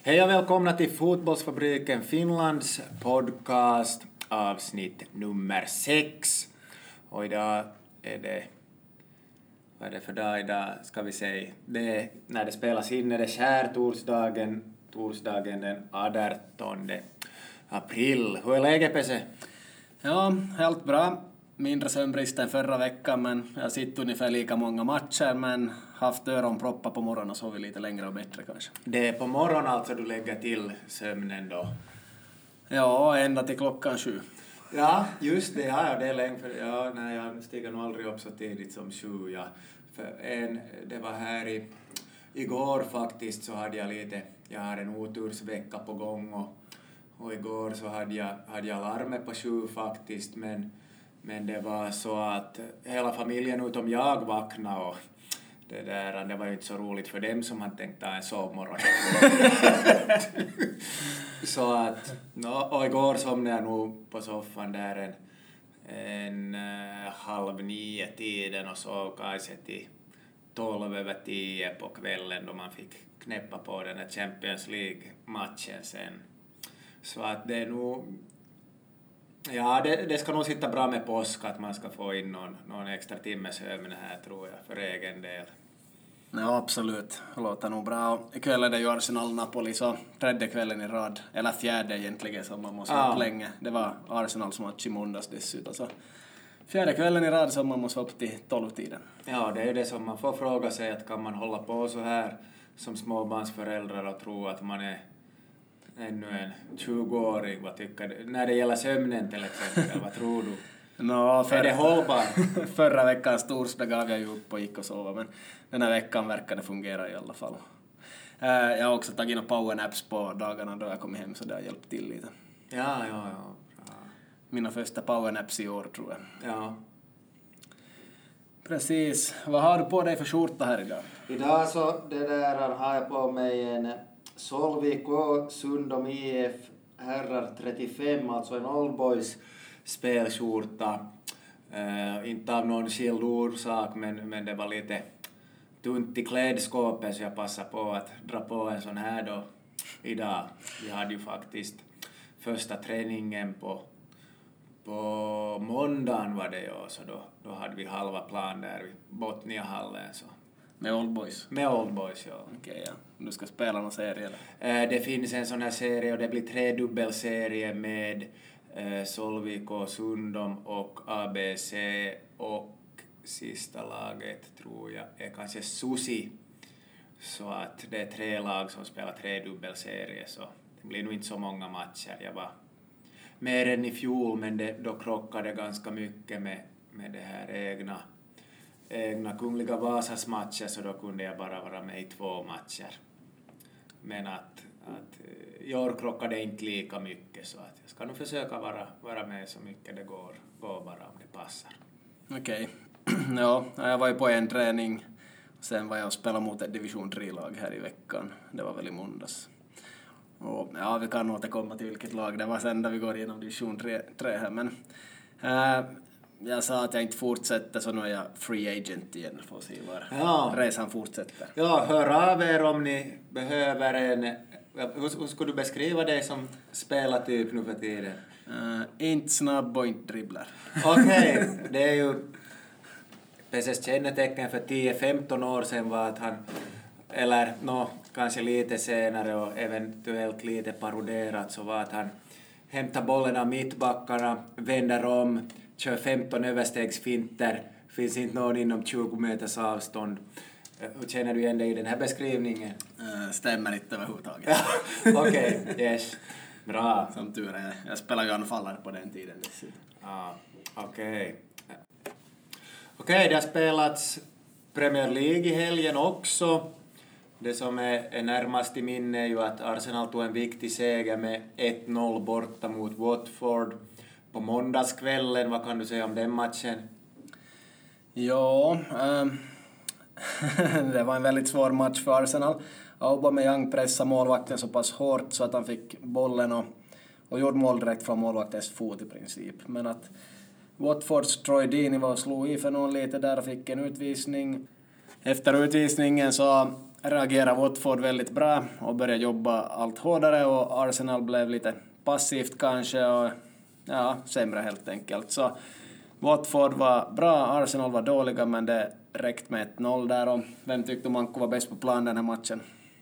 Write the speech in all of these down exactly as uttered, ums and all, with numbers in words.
Hej och välkomna till Fotbollsfabriken Finlands podcast avsnitt nummer sex. Och idag är det, vad är det för dag idag ska vi säga, det är, när det spelas in är det skärtorsdagen, torsdagen den artonde april. Hur är läget, Pese? Ja, helt bra. Mindre sömnbrist än förra veckan, men jag sitter ungefär lika många matcher, men haft öronproppar på morgonen och sovit lite längre och bättre kanske. Det är på morgonen alltså du lägger till sömnen då? Ja, ända till klockan sju. Ja, just det. Ja, ja, det är länge för ja, nej, jag stiger nog aldrig upp så tidigt som sju. Ja. För en, det var här i, igår faktiskt så hade jag lite, jag har en otursvecka på gång och, och igår så hade jag, hade jag larmet på sju faktiskt, men Men det var så att hela familjen utom jag vaknade och det, där, det var ju inte så roligt för dem som hade tänkt ta en sovmorgon. Så att, no, och igår somnade jag nog på soffan där en, en uh, halv nio tiden och sov kanske till tolv över tio på kvällen då man fick knäppa på den här Champions League-matchen sen. Så att det är nog... Ja, det, det ska nog sitta bra med påsk att man ska få in någon, någon extra timme sömn här tror jag för egen del. Ja, absolut. Det låter nog bra. Ikväll är det ju Arsenal-Napoli, så tredje kvällen i rad, eller fjärde egentligen som man måste vara upp länge. Det var Arsenals match i måndags dessutom, så fjärde kvällen i rad som man måste upp till tolv-tiden. Ja, det är ju det som man får fråga sig, att kan man hålla på så här som småbarnsföräldrar och tro att man är ännu en tjugoåring, vad tycker du? När det gäller sömnen till exempel, vad tror du? No, för... Är det hållbar? Förra veckans torsdag gav jag ju upp och gick och sova, men den här veckan verkar det fungera i alla fall. Uh, jag har också tagit några powernaps på dagarna då jag kom hem, så det har hjälpt till lite. Ja, ja, ja. Bra. Mina första powernaps i år tror jag. Ja. Precis. Vad har du på dig för skjorta här idag? Idag så det där har jag på mig en Solvik och Sundom I F herrar trettiofem, alltså en Old Boys spelskjorta. Uh, inte av någon skild orsak, men, men det var lite tunt i klädskåpet så jag passade på att dra på en sån här då idag. Vi hade ju faktiskt första träningen på, på måndagen var det ju, så då, då hade vi halva plan där vid Botniahallen så. Med Old Boys? Med Old Boys, ja. Okej, okay, ja. Du ska spela någon serie eller? Eh, det finns en sån här serie och det blir tre dubbelserie med eh, Solvik och Sundom och A B C och sista laget tror jag är kanske Susi. Så att det är tre lag som spelar tre dubbelserier, så det blir nog inte så många matcher. Jag var mer än i fjol, men det, då krockade ganska mycket med, med det här egna egna Kungliga Vasas matcher, så då kunde jag bara vara med i två matcher. Men att, att i år krockade det inte lika mycket, så att jag ska nog försöka vara, vara med så mycket det går, går bara om det passar. Okej. Okay. Ja, jag var ju på en träning. Sen var jag och spelade mot ett division tre-lag här i veckan. Det var väl i måndags. Och ja, vi kan återkomma till vilket lag det var sen när vi går igenom division tre här. Men äh, jag sa att jag inte fortsätter, så nu är jag free agent igen. Får se var ja. resan fortsätter. Ja, hör av er om ni behöver en... Hur, hur skulle du beskriva dig som spelartyp nu för tiden? Uh, inte snabb och inte dribblar. Okej, okay. Det är ju... Precis kännetecken för tio femton år sedan var att han... Eller no, kanske lite senare och eventuellt lite paroderat, så var att han hämtar bollen av mittbackarna, vänder om, kör femton överstegsfinter, finns inte någon inom tjugo meters avstånd. Hur känner du igen dig i den här beskrivningen? Uh, stämmer inte överhuvudtaget. Okej, okay, yes. Bra. Som tur är. Jag spelade ju anfallare på den tiden. Ah, okej. Okay. Okej, okay, det har spelats Premier League i helgen också. Det som är, är närmast i minne är ju att Arsenal tog en viktig seger med ett noll borta mot Watford på måndagskvällen. Vad kan du säga om den matchen? Ja, ähm, det var en väldigt svår match för Arsenal. Aubameyang pressade målvakten så pass hårt så att han fick bollen och, och gjorde mål direkt från målvaktens fot i princip. Men att Watfords Troy Deeney var och slog i för någon lite där och fick en utvisning. Efter utvisningen så reagerade Watford väldigt bra och började jobba allt hårdare, och Arsenal blev lite passivt kanske och ja, sämre helt enkelt. Så Watford var bra, Arsenal var dåliga, men det räckte med ett noll där. Och vem tyckte Manko var bäst på plan den här matchen?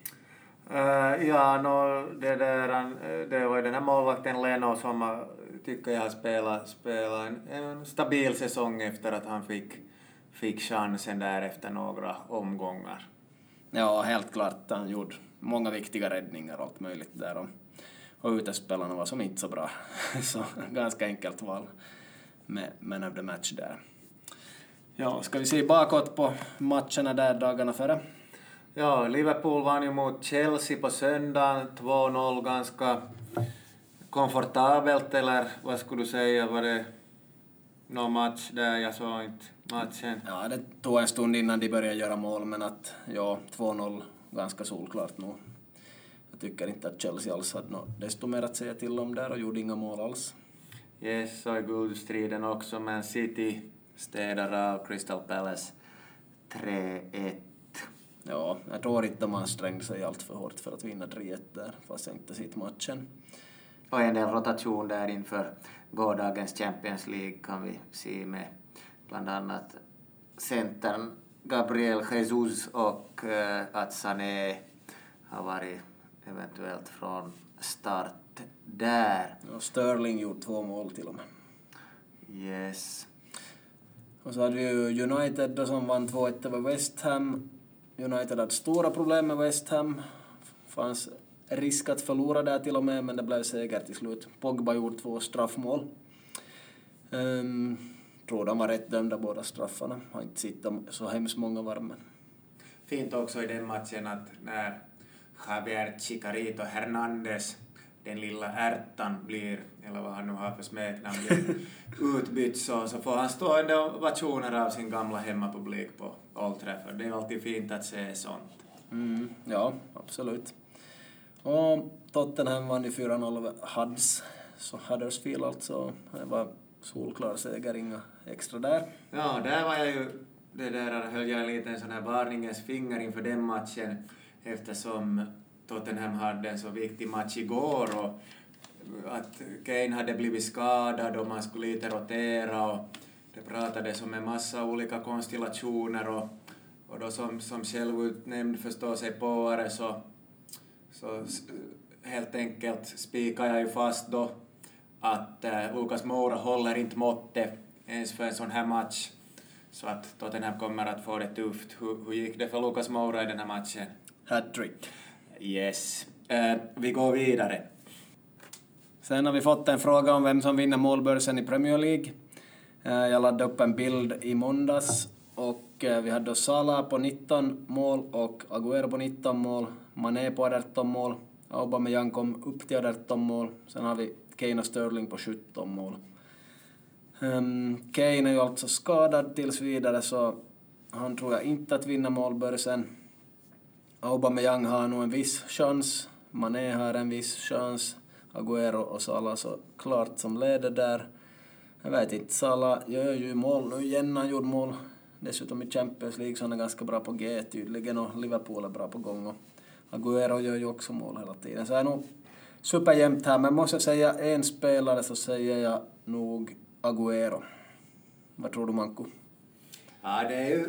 Uh, ja, no, det, där, det var ju den här målvakten Leno som uh, tycker jag har spelat, spelat en, en stabil säsong efter att han fick, fick chansen där efter några omgångar. Ja, helt klart. Han gjorde många viktiga räddningar och allt möjligt där. Och, och utespelarna var som inte så bra. Så ganska enkelt val med man of the match där. Ja, ska vi se bakåt på matcherna där dagarna före? Ja, Liverpool vann ju mot Chelsea på söndagen, två noll, ganska komfortabelt, eller vad skulle du säga, var det någon match där? Jag såg inte matchen. Ja, det tog en stund innan de började göra mål, men att ja, två noll ganska solklart nu. Jag tycker inte att Chelsea alls hade något desto mer att säga till om där och gjorde inga mål alls. Yes, så i guldstriden också, men City städar av Crystal Palace tre ett. Ja, jag tror inte de ansträngde sig allt för hårt för att vinna tre ett där, fast jag inte sett matchen. Och en del rotation där inför gårdagens Champions League kan vi se med bland annat centern Gabriel Jesus och uh, att Sané har varit eventuellt från start där. Ja, Sterling gjorde två mål till och med. Yes. Och så hade vi ju United då som vann två ett över West Ham. United hade stora problem med West Ham. Fanns risk att förlora där till och med, men det blev seger till slut. Pogba gjorde två straffmål. Um, tror de var rätt dömda båda straffarna. Har inte sett dem så hemskt många varmen. Fint också i den matchen att när Javier Chicarito Hernandez, den lilla ärtan, blir, eller vad han nu har för smeknamn, blir utbytt, så, så får han stå under ovationer av sin gamla hemmapublik på Old Trafford. Det är alltid fint att se sånt. Mm, ja, absolut. Och Tottenham vann ju fyra noll över Hudds, så Huddersfield alltså. Det var solklar seger, inga extra där. Ja, där var jag ju, det där höll jag en liten sån här varningens finger inför den matchen, eftersom Tottenham hade en så viktig match igår och att Kane hade blivit skadad och man skulle lite rotera och det pratades om en massa olika konstellationer och, och då som, som självutnämnd förstår sig påare så, så helt enkelt spikar jag ju fast då att äh, Lucas Moura håller inte måttet ens för en sån här match, så att Tottenham kommer att få det tufft. Hur, hur gick det för Lucas Moura i den här matchen? Hattrick. Yes. Uh, vi går vidare. Sen har vi fått en fråga om vem som vinner målbörsen i Premier League. Uh, jag laddade upp en bild i måndags och uh, vi hade Salah på nitton mål och Agüero på nitton mål, Mané på arton mål, Aubameyang kom upp till arton mål. Sen har vi Kane och Sterling på sjutton mål. Um, Kane är ju alltså skadad tills vidare, så han tror jag inte att vinna målbörsen. Aubameyang har nog en viss chans, Mané har en viss chans, Agüero och Salah så klart som leder där. Jag vet inte, Salah gör ju mål nu igen, han gjorde mål dessutom i Champions League, så han är ganska bra på G tydligen, och Liverpool är bra på gång, och Agüero gör ju också mål hela tiden. Så är nog superjämnt här, men måste jag säga en spelare så säger jag nog Agüero. Vad tror du, Manko? Ja, det är ju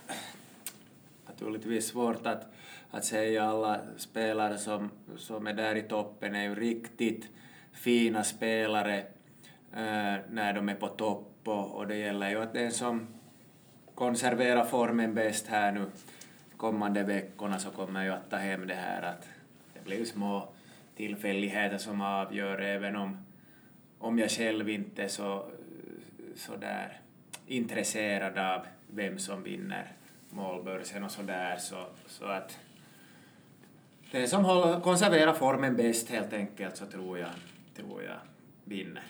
naturligtvis svårt att, att säga. Alla spelare som, som är där i toppen är ju riktigt fina spelare äh, när de är på topp, och, och det gäller ju att den som konserverar formen bäst här nu kommande veckorna så kommer ju att ta hem det här, att det blir små tillfälligheter som avgör, även om, om jag själv inte är så, så där intresserad av vem som vinner målbörsen och så där, så, så att den som håller, konserverar formen bäst helt enkelt, så tror jag, tror jag vinner.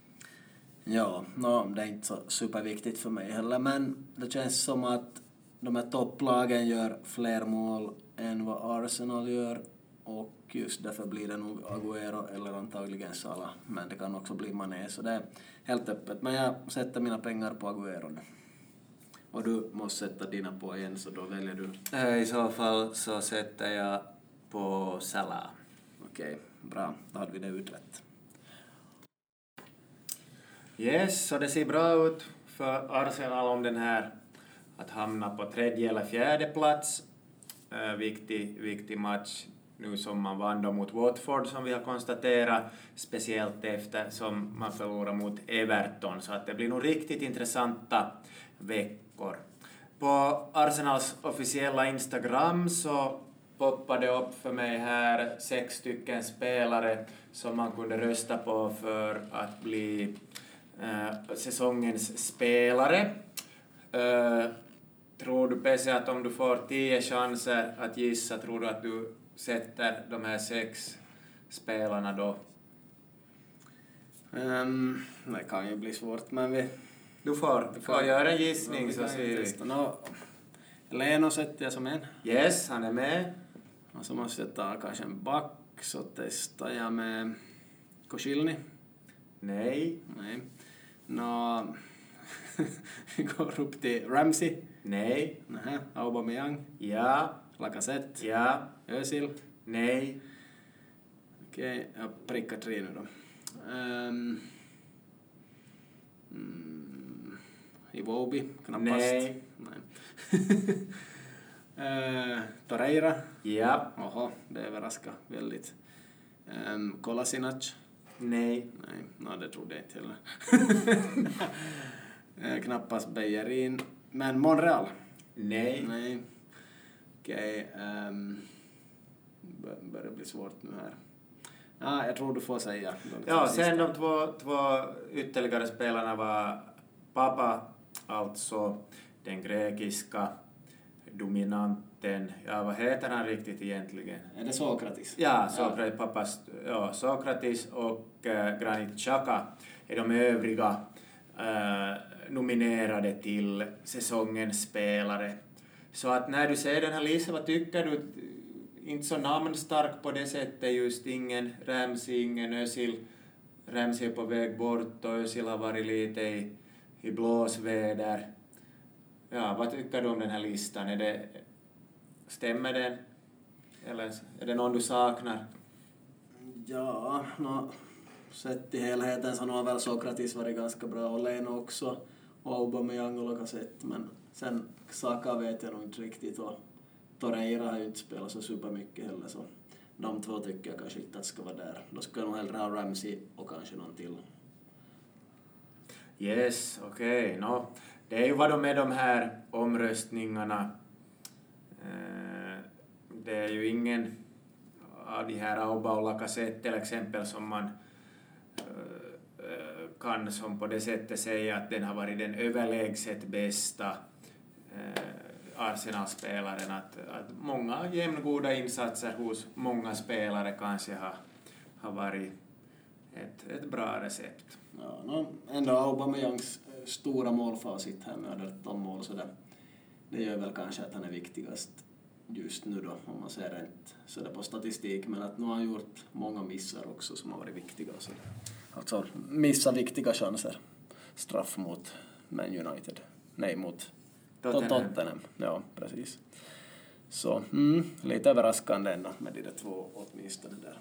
Ja, no, det är inte så superviktigt för mig heller, men det känns som att de här topplagen gör fler mål än vad Arsenal gör, och just därför blir det nog Agüero eller antagligen Salah, men det kan också bli Mané, så det är helt öppet. Men jag sätter mina pengar på Agüero nu. Och du måste sätta dina på igen, så då väljer du. I så fall så sätter jag på Salah. Okej, bra. Då hade vi det utrett. Yes, så det ser bra ut för Arsenal om den här att hamna på tredje eller fjärde plats. Uh, viktig, viktig match nu som man vann då mot Watford som vi har konstaterat, speciellt efter som man förlorar mot Everton, så att det blir nog riktigt intressanta veckor. På Arsenals officiella Instagram så poppade upp för mig här sex stycken spelare som man kunde rösta på för att bli uh, säsongens spelare. Uh, tror du, Pesse, att om du får tio chanser att gissa, tror du att du sätter de här sex spelarna då? Um, det kan ju bli svårt, men vi... Du får, du får göra en gissning, så ser vi. No, Leno sätter jag som en. Yes, han är med. Och så måste jag ta kanske en back, så testar jag med Koscielny. Nej. Nej. Nå... Vi går upp till Ramsey. Nej. Nähä. Aubameyang. Ja. Lacazette. Ja. Özil. Nej. Okej, jag prickar tre nu då. Um, mm, Iwobi, knappast. Nej. Nej. uh, Torreira. Ja. Oho, det överraskar väldigt. Um, Kolasinac. Nej. Nej, no, det trodde jag inte heller. uh, knappast Bellerin. Men Monreal. Nej. Nej. Okej, okay, um, börjar bli svårt nu här. Ja, jag tror du får säga. Ja, sen de två, två ytterligare spelarna var Papa, alltså den grekiska dominanten. Ja, vad heter han riktigt egentligen? Är det Sokratis? Ja, Sokratis, ja. Papas, ja, Sokratis och äh, Granit Xhaka är de övriga äh, nominerade till säsongens spelare. Så att när du ser den här listan, vad tycker du? Inte så namnstark på det sättet, just ingen Ramsey, ingen Özil. Ramsey är på väg bort och Özil har varit lite i, i blåsväder. Ja, vad tycker du om den här listan? Är det, stämmer den? Eller är det någon du saknar? Ja, no, sett i helheten så har väl Sokratis varit ganska bra och Leno också. Och Aubameyang och Lacazette, men sen Saka vet jag nog inte riktigt, och Torreira har ju inte spelat så supermycket heller, så de två tycker jag kanske inte att ska vara där. Då ska jag nog hellre ha Ramsey och kanske någon till. Yes, okej. Okay. No, det är ju vad de är de här omröstningarna. Eh, det är ju ingen av de här Auba och Lacazette till exempel som man eh, kan som på det sättet säga att den har varit den överlägset bästa eh, Arsenal-spelaren. Att, att många jämngoda insatser hos många spelare kanske har, har varit ett, ett bra recept. Ja, no, ändå Aubameyangs stora målfacit här med arton mål, så det, det gör väl kanske att han är viktigast just nu då, om man ser rent så det på statistik, men att nu har han gjort många missar också som har varit viktiga. Så alltså missa viktiga chanser. Straff mot Man United. Nej, mot Tottenham. Tottenham. Ja, precis. Så mm, lite överraskande ändå med de där två åtminstone där.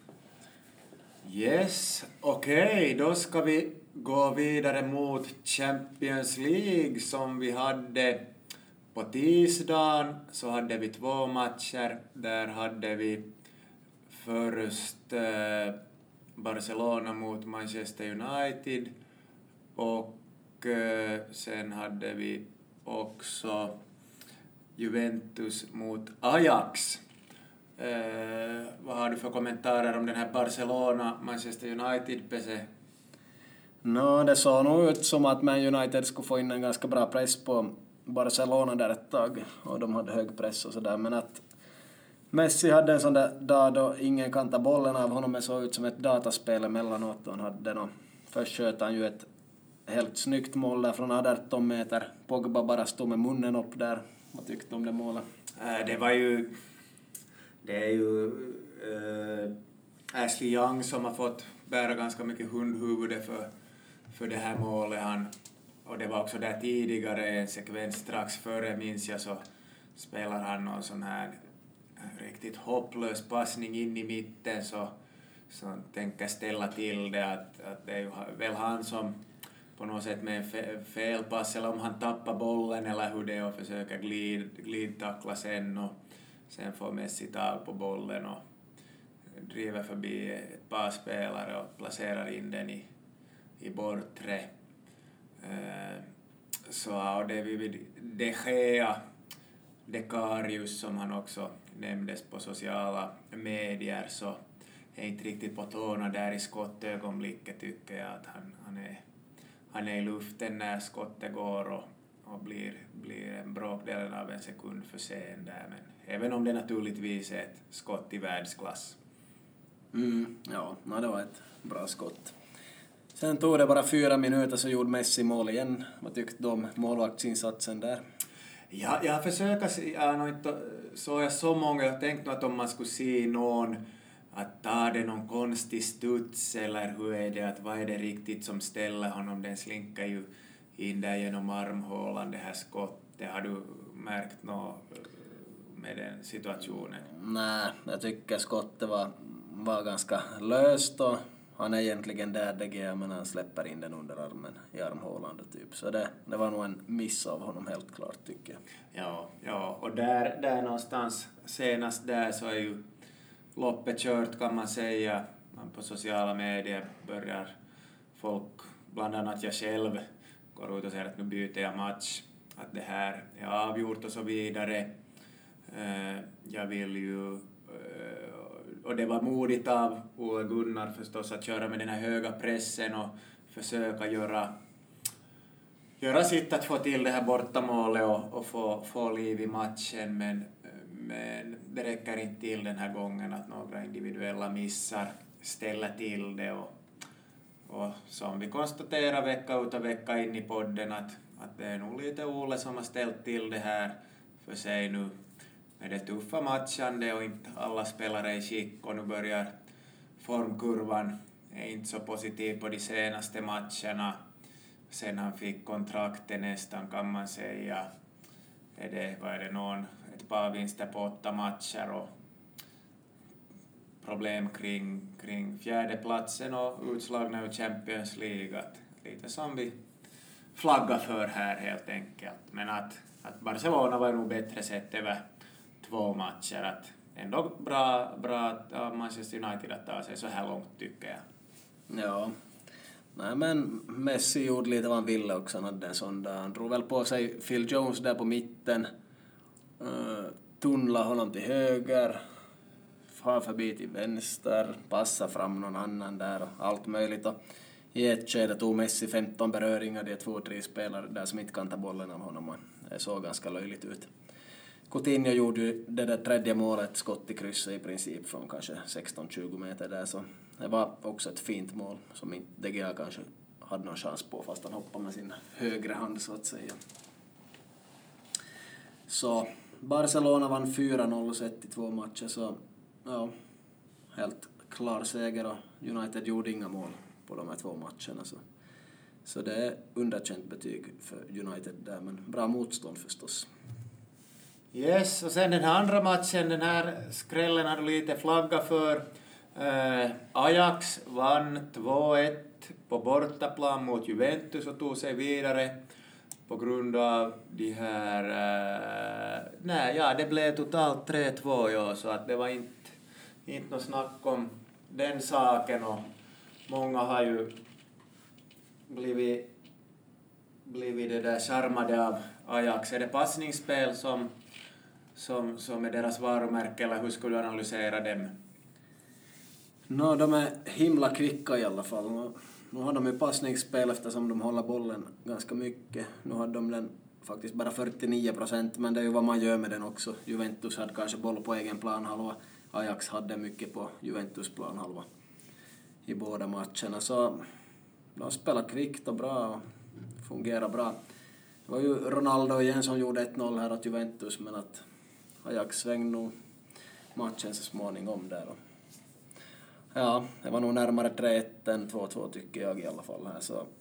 Yes, okej, okay, då ska vi gå vidare mot Champions League som vi hade på tisdagen. Så hade vi två matcher. Där hade vi först eh, Barcelona mot Manchester United och eh, sen hade vi också Juventus mot Ajax. Eh, vad har du för kommentarer om den här Barcelona-Manchester United-P C? No, det såg nog ut som att Man United skulle få in en ganska bra press på Barcelona där ett tag, och de hade hög press och sådär, men att Messi hade en sån där dag då ingen kan ta bollen av honom, men såg ut som ett dataspel emellanåt, och han hade no, först sköt han ju ett helt snyggt mål där från arton meter. Pogba bara stod med munnen upp där. Vad tyckte du om det målet? Äh, det var ju... Det är ju äh, Ashley Young som har fått bära ganska mycket hundhuvud för, för det här målet. Han, och det var också där tidigare en sekvens strax före, minns jag, så spelar han någon sån här riktigt hopplös passning in i mitten, så, så tänker ställa till det att, att det är ju väl han som på något sätt med en fe, felpass, eller om han tappar bollen eller hur det är, och försöker glid, glidtackla sen, och sen får Messi tag på bollen och driver förbi ett par spelare och placerar in den i, i bortre. Uh, så och det vi vid De Gea, Dekarius som han också nämndes på sociala medier, så är inte riktigt på tårna där i skottögonblicket, tycker jag att han, han, är, han är i luften när skottet går och, och blir, blir en bråkdelen av en sekund för sen där, men även om det naturligtvis är ett skott i världsklass. Mm, ja, no, det var ett bra skott. Sen tog det bara fyra minuter så gjorde Messi mål igen. Vad tyckte du om målvaktsinsatsen där? Ja, jag försöker se, jag har inte så jag så många, jag tänkte att om man skulle se någon att ta det någon konstig studs, eller hur är det, att vad är det riktigt som ställer honom, den slinkar ju in där genom armhålan, det här skottet. Har du märkt något med den situationen? Nej, jag tycker skottet var, var ganska löst, och han är egentligen där D G, men han släpper in den under armen i armhålan typ. Så det, det var nog en miss av honom helt klart, tycker jag. Ja, ja, och där, där någonstans senast där så är ju loppet kört, kan man säga. Man på sociala medier börjar folk, bland annat jag själv, går ut och säger att nu byter jag match, att det här är avgjort och så vidare. Jag vill ju, och det var modigt av Ole Gunnar förstås att köra med den här höga pressen och försöka göra göra sitt att få till det här bortamålet och, och få, få liv i matchen, men, men det räcker inte till den här gången att några individuella missar ställer till det, och, och som vi konstaterar vecka ut och vecka in i podden att, att det är nog lite Ole som har ställt till det här för sig nu med det tuffa matchande och inte alla spelare i skick, och nu börjar formkurvan är inte så positiv på de senaste matcherna. Sen han fick kontraktet nästan, kan man säga. Är det, vad är det, någon, ett par vinster på åtta matcher och problem kring, kring fjärde platsen och utslagna ur Champions League. Att, lite som vi flaggar för här helt enkelt. Men att, att Barcelona var nog bättre sett över två matcher. Att ändå bra, bra av Manchester United att ta sig så här långt, tycker jag. Ja. Nej, men Messi gjorde lite vad han ville också. Han hade en sån där. Han drog väl på sig Phil Jones där på mitten. Uh, tunnla honom till höger. Far förbi till vänster. Passa fram någon annan där och allt möjligt. Och i ett skede tog Messi femton beröringar. Det är två, tre spelare där som inte kan ta bollen av honom. Och det såg ganska löjligt ut. Coutinho gjorde ju det där tredje målet, skott i krysset i princip från kanske sexton tjugo meter där, så det var också ett fint mål som inte D G A kanske hade någon chans på fast han hoppade med sin högra hand så att säga. Så Barcelona vann fyra noll sett i två matcher, så ja, helt klar seger, och United gjorde inga mål på de här två matcherna, så, så det är underkänt betyg för United där, men bra motstånd förstås. Yes, och sen den här andra matchen, den här skrällen hade lite flagga för. Uh, Ajax vann två ett på bortaplan mot Juventus och tog sig vidare på grund av de här... Uh, nej, ja, det blev totalt tre två, ja, så att det var inte, inte något snack om den saken, och många har ju blivit, blivit det där charmade av Ajax. Är det passningsspel som Som, som är deras varumärke, eller hur skulle du analysera dem? No, de är himla kvicka i alla fall. Nu, nu har de ju passningsspel eftersom de håller bollen ganska mycket. Nu har de den faktiskt bara fyrtionio procent, men det är ju vad man gör med den också. Juventus hade kanske boll på egen planhalva. Ajax hade mycket på Juventus planhalva i båda matcherna. Så de spelar kvickt och bra och fungerar bra. Det var ju Ronaldo igen som gjorde ett noll här åt Juventus, men att Ajax svängde nog matchen så småningom där. Ja, det var nog närmare tre ett än två två tycker jag i alla fall här. Så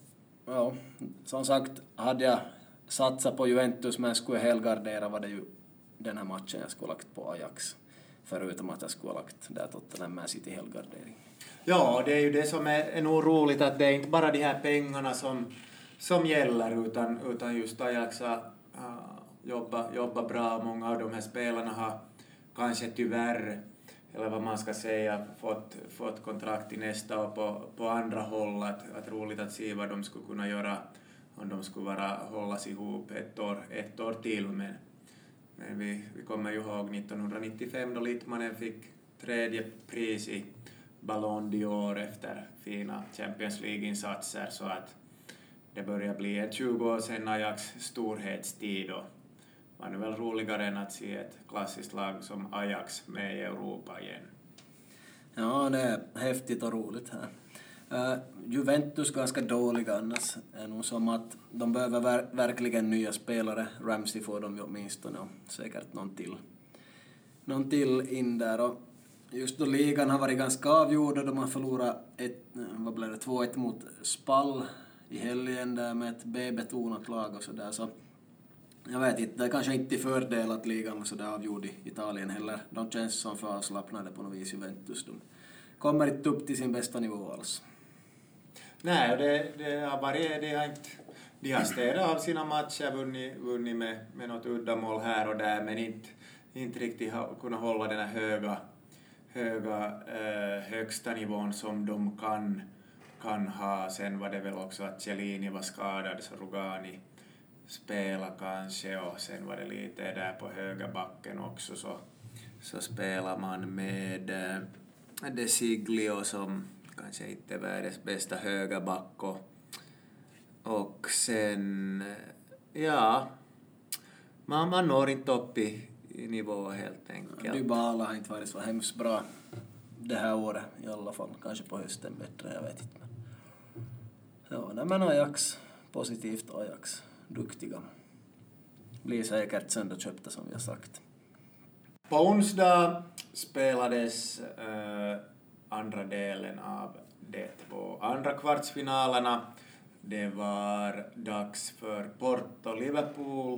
ja, som sagt, hade jag satsat på Juventus men skulle helgardera var det ju den här matchen jag skulle ha lagt på Ajax. Förutom att jag skulle ha lagt där Tottenham Man City helgardering. Ja, det är ju det som är, är nog roligt att det är inte bara de här pengarna som, som gäller utan, utan just Ajax har uh, jobbat jobba bra. Många av de här spelarna har kanske tyvärr, eller vad man ska säga, fått, fått kontrakt i nästa och på, på andra håll. Att, att roligt att se vad de skulle kunna göra om de skulle vara, hållas ihop ett år, ett år till. Men, men vi, vi kommer ju ihåg nittonhundranittiofem då Littmanen fick tredje pris i Ballon d'Or efter fina Champions League-insatser, så att det börjar bli ett tjugo år sedan Ajax storhetstid, och var det väl roligare än att se ett klassiskt lag som Ajax med i Europa igen. Ja, det är häftigt och roligt här. Uh, Juventus ganska dåliga annars. Är nog som att de behöver ver- verkligen nya spelare. Ramsey får de ju åtminstone och säkert någon till. Någon till in där, och just då ligan har varit ganska avgjord och de har förlorat ett, vad blev det, två ett mot Spal i helgen där med ett B-betonat lag och sådär, så jag vet inte, det är kanske inte fördel att ligan var sådär avgjord i Italien heller. De känns som för avslappnade på något vis Juventus. De kommer inte upp till sin bästa nivå alls. Nej, det, det har varit, det har inte, de har städat av sina matcher, vunnit, vunnit med, med något uddamål här och där, men inte, inte riktigt ha, kunnat hålla den här höga, höga eh, högsta nivån som de kan, kan ha. Sen var det väl också att Cellini var skadad, så Rugani spela kanske, och sen var det lite där på höga backen också, så, så spelar man med äh, De Siglio som kanske inte är världens bästa höga back, och, och sen ja, man, man når inte upp i, i nivå helt enkelt. Dybala har inte varit så hemskt bra det här året i alla fall, kanske på hösten bättre, jag vet inte. Ja, nej, men Ajax, positivt Ajax. Duktiga. Blir säkert söndagsköpta som vi har sagt. På onsdag spelades äh, andra delen av de två andra kvartsfinalerna. Det var dags för Porto-Liverpool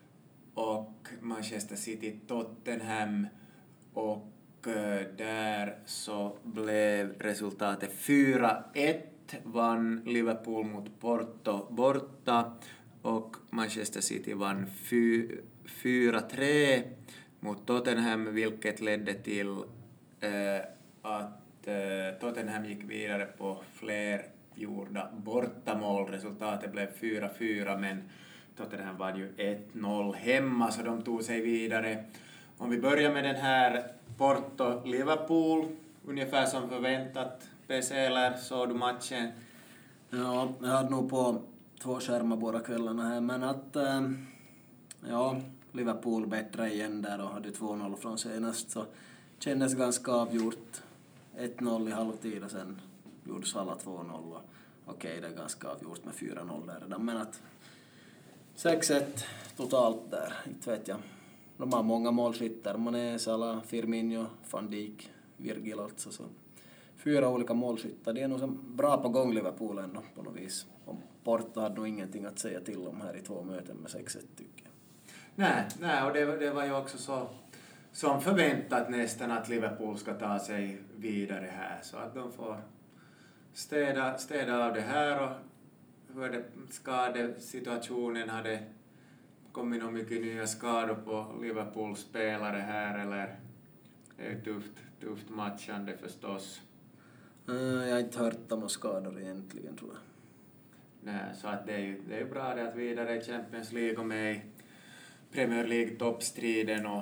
och Manchester City-Tottenham, och äh, där så blev resultatet fyra ett, vann Liverpool mot Porto borta. Och Manchester City vann fyra tre mot Tottenham, vilket ledde till eh, att eh, Tottenham gick vidare på fler gjorda bortamål. Resultatet blev fyra fyra, men Tottenham var ju ett noll hemma, så de tog sig vidare. Om vi börjar med den här Porto-Liverpool, ungefär som förväntat. P C, eller såg du matchen? Ja, jag hade nog på två skärmar båda kvällarna här, men att äh, ja, Liverpool bättre igen där och hade två noll från senast, så kändes ganska avgjort. ett noll i halvtid och sen gjordes alla två noll, och okej, det är ganska avgjort med fyra noll där redan, men att sex ett totalt där, inte vet jag. De har många målskyttar, Mané, Salah, Firmino, Van Dijk, Virgil alltså, så fyra olika målskyttar. Det är nog som bra på gång Liverpool ändå på något vis. Och Porto hade nog ingenting att säga till om här i två möten med sex ett tycker jag. Nej, nej, och det, det var ju också så som förväntat nästan att Liverpool ska ta sig vidare här, så att de får städa, städa av det här. Och hur är det, skadesituationen, hade kommit nog mycket nya skador på Liverpools spelare här, eller det är tufft, tufft matchande förstås. Uh, jag har inte hört om skador egentligen, tror jag. Nej, så att det är ju det är bra det att vidare i Champions League och med i Premier League-toppstriden och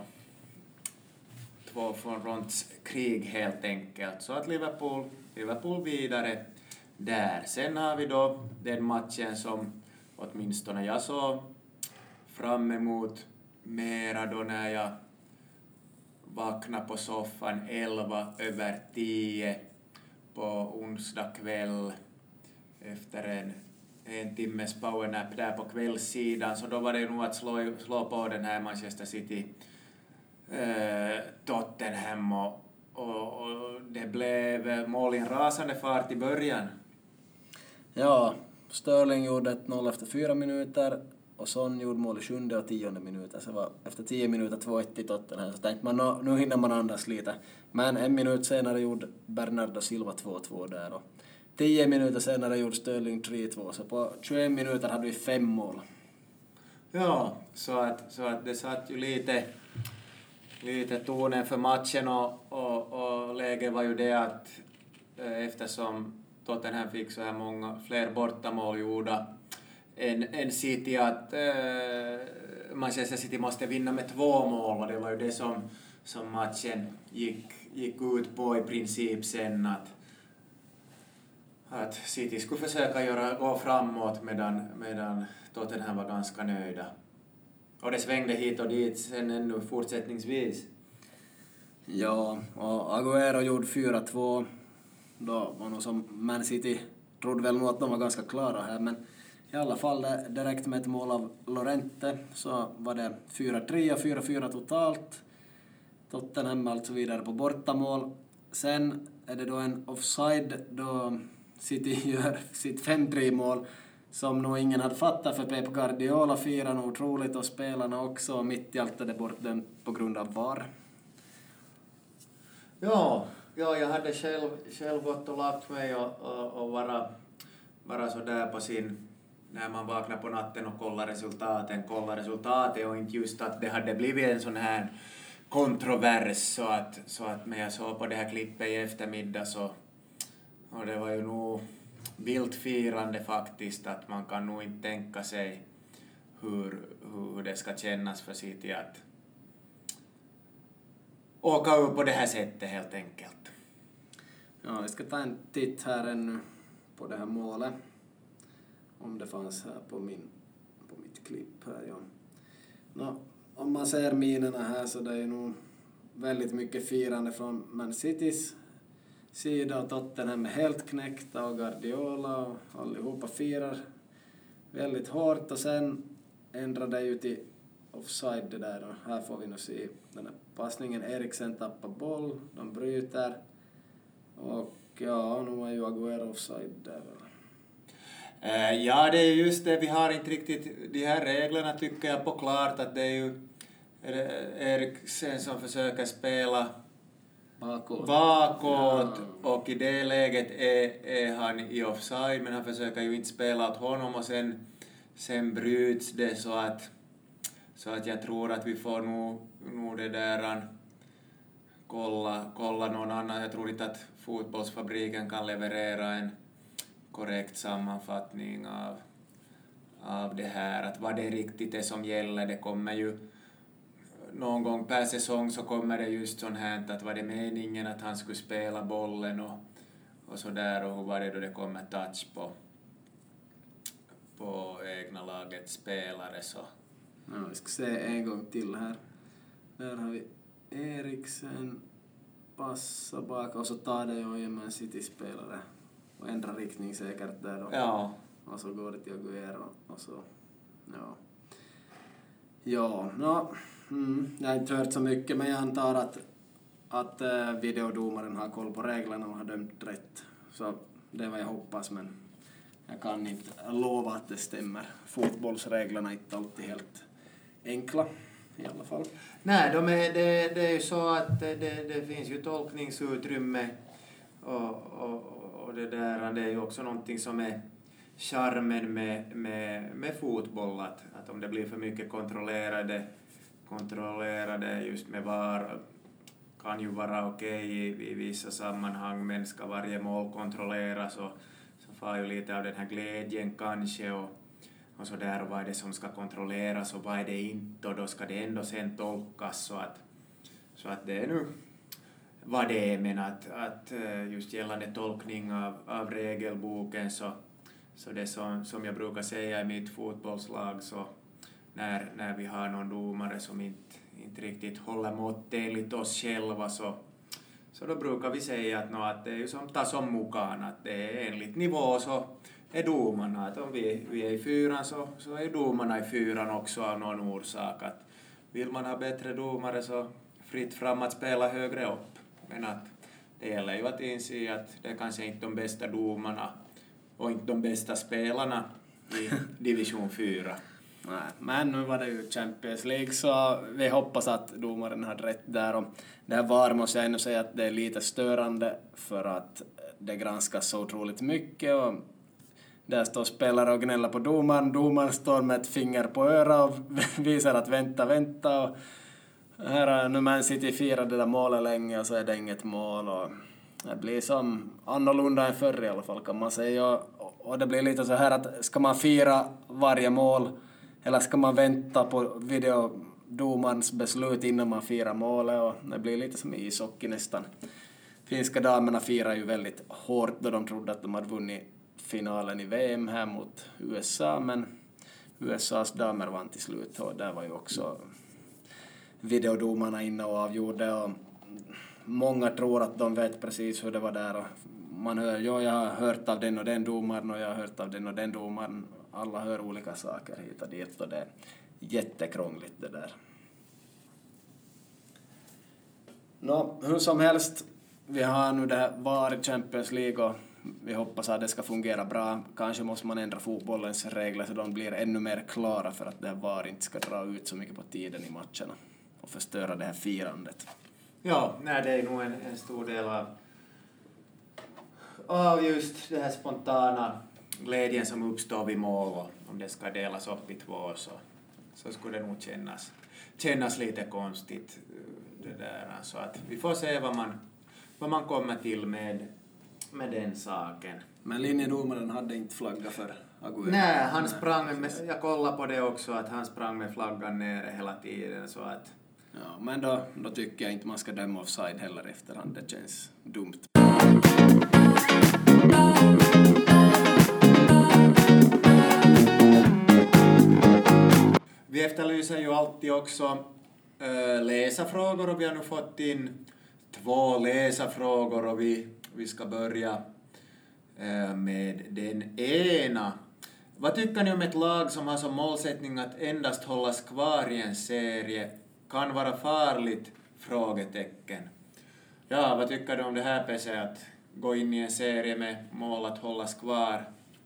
två från Ronts krig helt enkelt. Så att Liverpool, Liverpool vidare där. Sen har vi då den matchen som åtminstone jag såg fram emot mera då när jag vaknade på soffan elva över tio på onsdag kväll efter en, en timmes powernap där på kvällssidan, så då var det ju nog att slå, slå på den här Manchester City äh, Tottenham, och, och, och det blev mål i en rasande fart i början. Ja, Sterling gjorde ett noll efter fyra minuter och Son gjorde mål i sjunde och tionde minuter. Så var efter tio minuter två ett i Tottenham. Så tänkte man, nu hinner man andas lite. Men en minut senare gjorde Bernardo Silva två två där. Och tio minuter senare gjorde Sterling tre två. Så på tjugoett minuter hade vi fem mål. Ja, så att, så att det satt ju lite, lite tonen för matchen och, och, och läget var ju det att eftersom Tottenham fick så här många fler bortamål gjorda än, än City att äh, Manchester City måste vinna med två mål och det var ju det som, som matchen gick, gick ut på i princip sen att, att City skulle försöka göra, gå framåt medan, medan Tottenham var ganska nöjda. Och det svängde hit och dit sen ännu fortsättningsvis. Ja, och Agüero gjorde fyra två. Då var nog som Man City trodde väl nog att de var ganska klara här, men i alla fall direkt med ett mål av Llorente så var det fyra tre och fyra fyra totalt. Tottenham alltså vidare på bortamål. Sen är det då en offside då City gör sitt fem tre mål som nog ingen hade fattat, för Pep Guardiola firar nog otroligt och spelarna också, mitt i allt är det bortdömt på grund av V A R. Ja, ja jag hade själv, själv gått och lagt mig och, och, och vara, vara så där på sin, när man vaknar på natten och kollar resultaten, kollar resultaten och inte just att det hade blivit en sån här kontrovers så att, så att när jag såg på det här klippet i eftermiddag så, och det var ju nog vilt firande faktiskt, att man kan nog inte tänka sig hur, hur det ska kännas för City att åka upp på det här sättet helt enkelt. Ja, vi ska ta en titt här ännu på det här målet. Om det fanns här på, min, på mitt klipp här, ja. Nå, om man ser minerna här så det är nog väldigt mycket firande från Man Citys sida och Tottenham är helt knäckta och Guardiola och allihopa firar väldigt hårt och sen ändrar det ju till offside det där och här får vi nu se den här passningen. Eriksen tappar boll, de bryter och ja, nu är ju Agüero offside där väl. Uh, ja, det är just det, vi har inte riktigt de här reglerna tycker jag på klart, att det är ju Eriksen som försöker spela bakåt, bakåt ja. Och i det läget är, är han i offside, men han försöker ju inte spela åt honom och sen, sen bryts det så att, så att jag tror att vi får nog, nog det där kolla, kolla någon annan. Jag tror inte att fotbollsfabriken kan leverera en korrekt sammanfattning av, av det här, att vad det riktigt är som gäller. Det kommer ju någon gång per säsong så kommer det just sånt här att var det meningen att han skulle spela bollen och, och så där, och hur var det då det kommer touch på, på egna lagets spelare så. Ja, vi ska se en gång till här. Där har vi Eriksen passa bak och så tar det ju en Man City-spelare och ändrar riktning säkert där då. Ja. Och så går det till Agüero och så, ja. Ja, no, mm, jag har inte hört så mycket, men jag antar att, att äh, videodomaren har koll på reglerna och har dömt rätt. Så det är vad jag hoppas, men jag kan inte lova att det stämmer. Fotbollsreglerna är inte alltid helt enkla i alla fall. Nej, de är, det, det är ju så att det, det finns ju tolkningsutrymme och, och, och det där, det är ju också någonting som är charmen med, med, med fotboll, att, att om det blir för mycket kontrollerade, kontrollerade just med V A R kan ju vara okej okay i, i vissa sammanhang, men ska varje mål kontrolleras och så får ju lite av den här glädjen kanske och, och så där, vad är det som ska kontrolleras och vad är det inte, och då ska det ändå sen tolkas så att, så att det är nu vad det är, men att, att just gällande tolkning av, av regelboken så Så det som, som jag brukar säga i mitt fotbollslag, så när, när vi har någon domare som inte, inte riktigt håller mått enligt oss själva, så, så då brukar vi säga att, no, att det är ju som tas om mukaan, att det är enligt nivå så är domarna, att om vi, vi är i fyran så, så är domarna i fyran också av någon orsak. Att vill man ha bättre domare så fritt fram att spela högre upp, men att det gäller ju att inse att det är kanske inte de bästa domarna och inte de bästa spelarna i division fyra. Nej, men nu var det ju Champions League, så vi hoppas att domaren hade rätt där. Och det här var, måste jag ändå säga att det är lite störande för att det granskas så otroligt mycket. Och där står spelare och gnäller på domaren. Domaren står med ett finger på öra och visar att vänta, vänta. Och här är nu Man City firar det där målet länge och så är det inget mål. Och det blir som annorlunda än förr i alla fall, kan man säga. Och det blir lite så här att ska man fira varje mål eller ska man vänta på videodomarens beslut innan man firar målet? Och det blir lite som i ishockey nästan. Finska damerna firar ju väldigt hårt då de trodde att de hade vunnit finalen i V M här mot U S A, men U S A's damer vann till slut och där var ju också videodomarna inne och avgjorde, och många tror att de vet precis hur det var där. Och man hör, ja, jag har hört av den och den domaren och jag har hört av den och den domaren. Alla hör olika saker hit och dit och det är jättekrångligt det där. Nå, hur som helst, vi har nu det här var i Champions League och vi hoppas att det ska fungera bra. Kanske måste man ändra fotbollens regler så de blir ännu mer klara för att det här var inte ska dra ut så mycket på tiden i matcherna och förstöra det här firandet. Ja, nej, det är nog en, en stor del av, av just det här spontana glädjen som uppstår vid mål, och om det ska delas upp i två så, så skulle det nog kännas, kännas lite konstigt det där. Så att vi får se vad man, vad man kommer till med, med den saken. Men linjedomaren hade inte flagga för Aguero. Nej, han sprang med, jag kollade på det också, att han sprang med flaggan nere hela tiden så att... Ja, men då, då tycker jag inte man ska döma offside heller efterhand, det känns dumt. Vi efterlyser ju alltid också äh, läsarfrågor och vi har nu fått in två läsarfrågor och vi, vi ska börja äh, med den ena. Vad tycker ni om ett lag som har som målsättning att endast hållas kvar i en serie? Kan vara farligt? Frågetecken. Ja, vad tycker du om det här, P C, att gå in i en serie med mål att hållas kvar?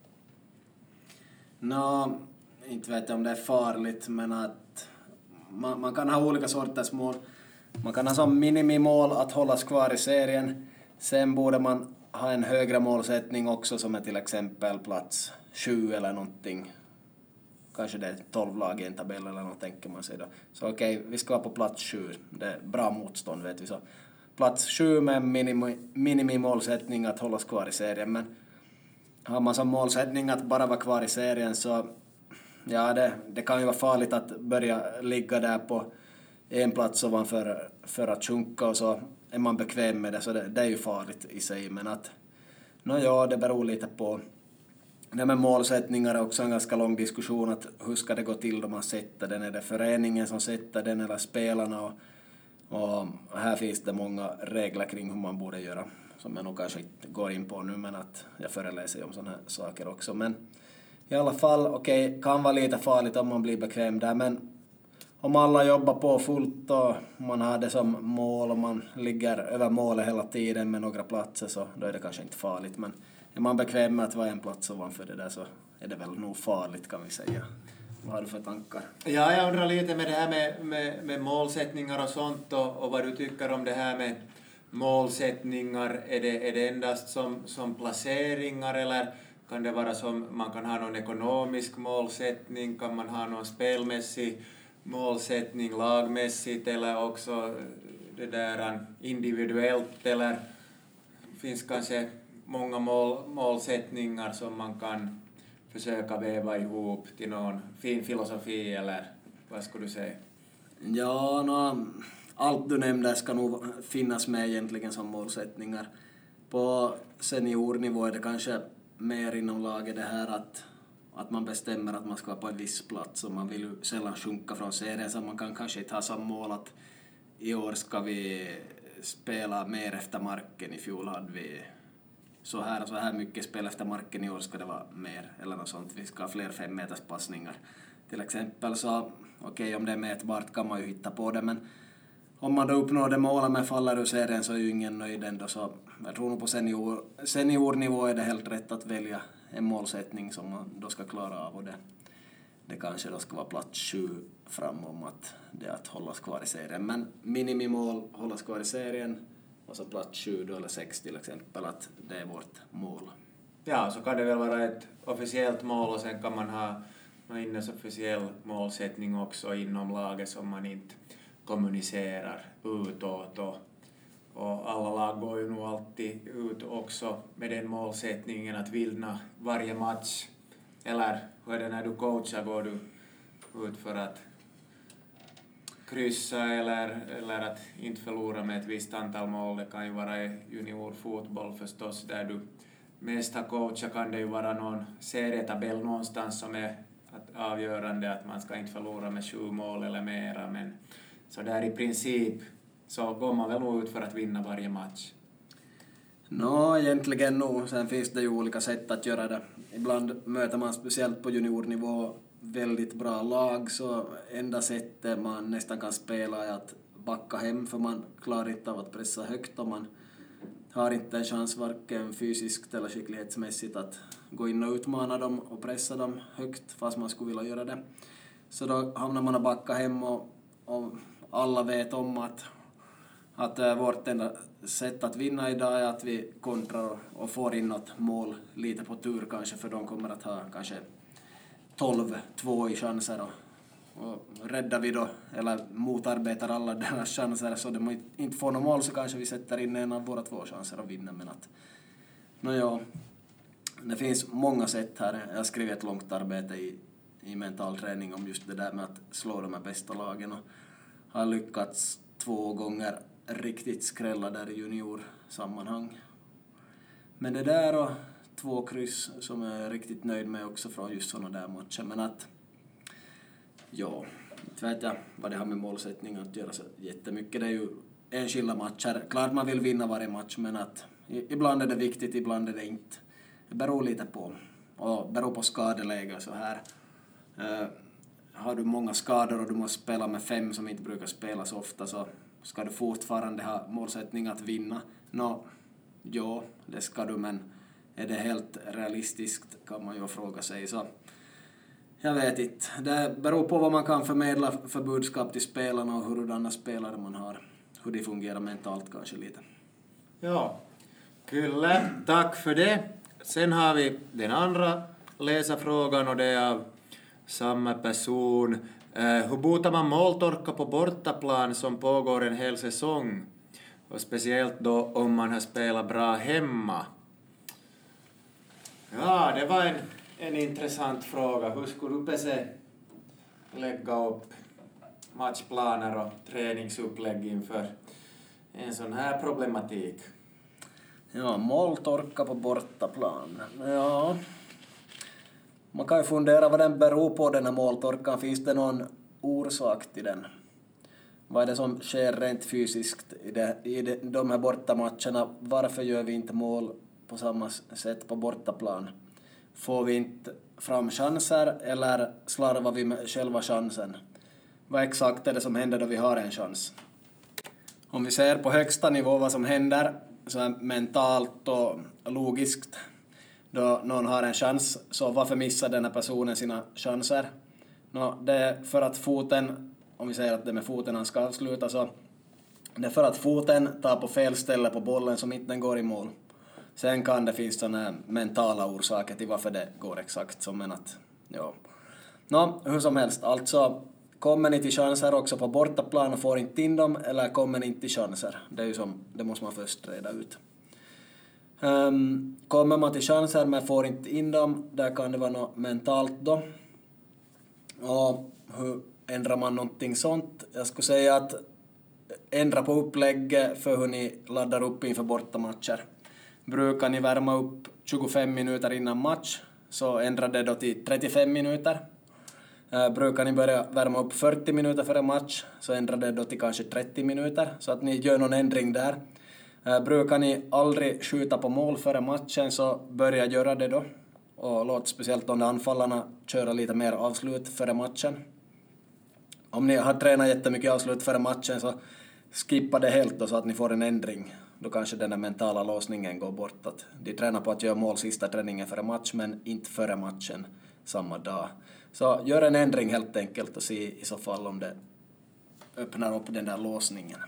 Nå, inte vet jag om det är farligt, men att man, man kan ha olika sorters mål. Man kan ha som minimimål att hållas kvar i serien. Sen borde man ha en högre målsättning också, som är till exempel plats sju eller någonting. Kanske det är tolv lag i en tabell eller något, tänker man sig då. Så okej, okay, vi ska vara på plats sju. Det är bra motstånd, vet vi. Så plats sju med minimi, minimimålsättning att hållas kvar i serien. Men har man som målsättning att bara vara kvar i serien så ja, det, det kan ju vara farligt att börja ligga där på en plats ovanför för att sjunka, och så är man bekväm med det, så det, det är ju farligt i sig. Men att, nå ja, det beror lite på. Det med målsättningar är också en ganska lång diskussion, att hur ska det gå till då man sätter den? Är det föreningen som sätter den eller spelarna? Och, och här finns det många regler kring hur man borde göra, som jag nog kanske inte går in på nu, men att jag föreläser om sådana här saker också. Men i alla fall, okej, okay, kan vara lite farligt om man blir bekväm där, men om alla jobbar på fullt och man har det som mål och man ligger över målet hela tiden med några platser, så då är det kanske inte farligt. Men är man bekväm med att vara en plats ovanför det där, så är det väl nog farligt, kan vi säga. Vad har du för tankar? Ja, jag undrar lite med det här med, med, med målsättningar och sånt, och, och vad du tycker om det här med målsättningar. Är det, är det endast som, som placeringar, eller kan det vara som man kan ha någon ekonomisk målsättning? Kan man ha någon spelmässig målsättning lagmässigt, eller också det där individuellt, eller finns kanske många mål, målsättningar som man kan försöka väva ihop till någon fin filosofi, eller vad skulle du säga? Ja, no, allt du nämnde ska nog finnas med egentligen som målsättningar. På seniornivå är det kanske mer inom laget det här att, att man bestämmer att man ska vara på en viss plats, och man vill ju sällan sjunka från serien, så man kan kanske inte ha som mål att i år ska vi spela mer efter marken. I fjol hade vi så här och så här mycket spel efter marken, i år ska det vara mer eller något sånt. Vi ska ha fler fem meters passningar till exempel. Så okej, okay, om det är mätbart kan man ju hitta på det, men om man då uppnår det målet men faller ur serien så är ju ingen nöjd ändå. Så jag tror nog på senior, seniornivå är det helt rätt att välja en målsättning som man då ska klara av, och det, det kanske då ska vara plats sju framom att det är att hållas kvar i serien. Men minimimål hållas kvar i serien, och så plats sju då, eller sex till exempel, att det är vårt mål. Ja, så kan det väl vara ett officiellt mål, och sen kan man ha någon inofficiell målsättning också inom laget som man inte kommunicerar utåt. Och, och alla lag går ju nog alltid ut också med den målsättningen att vinna varje match. Eller hur är det när du coachar? Går du ut för att kryssa eller, eller att inte förlora med ett visst antal mål? Det kan ju vara i juniorfotboll förstås, där du mest har coachat. Kan det ju vara någon serietabell någonstans som är att avgörande att man ska inte förlora med sju mål eller mera, men så där i princip så går man väl ut för att vinna varje match. Nå, egentligen nog. Sen finns det ju olika sätt att göra det. Ibland möter man speciellt på juniornivå väldigt bra lag, så enda sättet man nästan kan spela är att backa hem, för man klarar inte av att pressa högt, och man har inte en chans varken fysiskt eller skicklighetsmässigt att gå in och utmana dem och pressa dem högt fast man skulle vilja göra det. Så då hamnar man att backa hem, och, och alla vet om att, att äh, vårt enda sätt att vinna idag är att vi kontrar och får in något mål lite på tur kanske, för de kommer att ha kanske tolv två i chanser, och, och räddar vi då eller motarbetar alla deras chanser så de inte får något mål, så kanske vi sätter in en av våra två chanser och vinner. Men att no, ja, det finns många sätt här. Jag har skrivit ett långt arbete i, i mental träning om just det där med att slå de här bästa lagen, och har lyckats två gånger riktigt skrälla där i juniorsammanhang. Men det där och två kryss som jag är riktigt nöjd med också från just sådana där matcher. Men att, ja, inte vet jag vad det har med målsättning att göra så jättemycket. Det är ju enskilda matcher. Klart man vill vinna varje match, men att ibland är det viktigt, ibland är det inte. Det beror lite på. Och beror på skadeläge så här. Uh, har du många skador och du måste spela med fem som inte brukar spela så ofta, så ska du fortfarande ha målsättning att vinna. Nå, ja, det ska du, men är det helt realistiskt kan man ju fråga sig. Så jag vet inte. Det beror på vad man kan förmedla för budskap till spelarna och hurdana spelare man har. Hur det fungerar mentalt kanske lite. Ja, Kyllä, tack för det. Sen har vi den andra läsarfrågan, och det är av samma person. Uh, hur botar man måltorka på bortaplan som pågår en hel säsong? Och speciellt då om man har spelat bra hemma. Ja, det var en, en intressant fråga. Hur skulle du Pese lägga upp matchplaner och träningsupplägg inför en sån här problematik? Ja, måltorka på bortaplan. Ja, man kan ju fundera vad den beror på, den här måltorkan. Finns det någon orsak till den? Vad är det som sker rent fysiskt i, det, i det, de här bortamatcherna? Varför gör vi inte mål på samma sätt på bortaplan? Får vi inte fram chanser eller slarvar vi med själva chansen? Vad exakt är det som händer då vi har en chans? Om vi ser på högsta nivå vad som händer så är mentalt och logiskt, då någon har en chans, så varför missar den här personen sina chanser? Nå, det är för att foten, om vi säger att det med foten han ska avsluta, så det är för att foten tar på fel ställe på bollen som inte den går i mål. Sen kan det finnas sådana mentala orsaker till varför det går exakt som en att, ja. Nå, hur som helst, alltså kommer ni till chanser också på bortaplan och får inte in dem, eller kommer ni inte till chanser? Det är ju som, det måste man först reda ut. Um, kommer man till chanser men får inte in dem, där kan det vara något mentalt då. Och hur ändrar man någonting sånt? Jag skulle säga att ändra på upplägget för hur ni laddar upp inför bortamatcher. Brukar ni värma upp tjugofem minuter innan match, så ändra det då till trettiofem minuter. Uh, brukar ni börja värma upp fyrtio minuter före match, så ändra det då till kanske trettio minuter, så att ni gör någon ändring där. Uh, brukar ni aldrig skjuta på mål före matchen, så börja göra det då. Och låt speciellt de anfallarna köra lite mer avslut före matchen. Om ni har tränat jättemycket avslut före matchen, så skippa det helt då, så att ni får en ändring. då kanske den där mentala låsningen går bort. Att de tränar på att göra mål sista träningen före match, men inte före matchen samma dag. Så gör en ändring helt enkelt och se i så fall om det öppnar upp den där låsningen.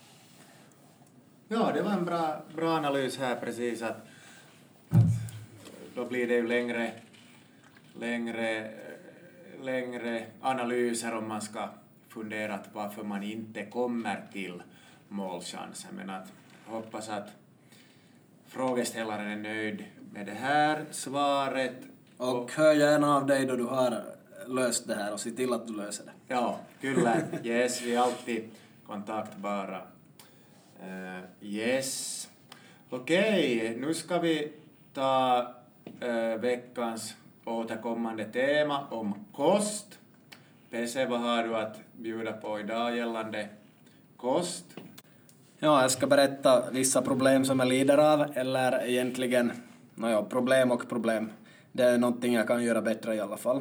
Ja, det var en bra, bra analys här precis. Att, att då blir det ju längre, längre, längre analyser om man ska fundera att varför man inte kommer till målchansen. Men att hoppas att frågeställaren är nöjd med det här svaret. Och hör gärna av dig då du har löst det här och se till att du löser det. Ja, kyllä. Yes, vi är alltid kontaktbara. Uh, yes. Okej, okay, nu ska vi ta uh, veckans återkommande tema om kost. P C, vad har du att bjuda på idag gällande kost? Ja, jag ska berätta vissa problem som jag lider av, eller egentligen, nåja, problem och problem. Det är någonting jag kan göra bättre i alla fall.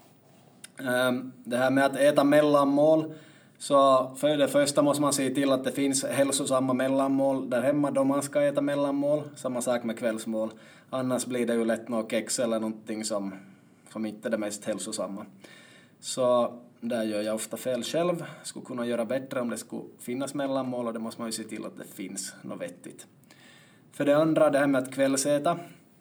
Um, det här med att äta mellanmål, så för det första måste man se till att det finns hälsosamma mellanmål där hemma då man ska äta mellanmål. Samma sak med kvällsmål. Annars blir det ju lätt något kex eller någonting som, som inte är det mest hälsosamma. Så där gör jag ofta fel själv. Skulle kunna göra bättre om det skulle finnas mellanmål, och det måste man ju se till att det finns något vettigt. För det andra, det här med att kvällsäta.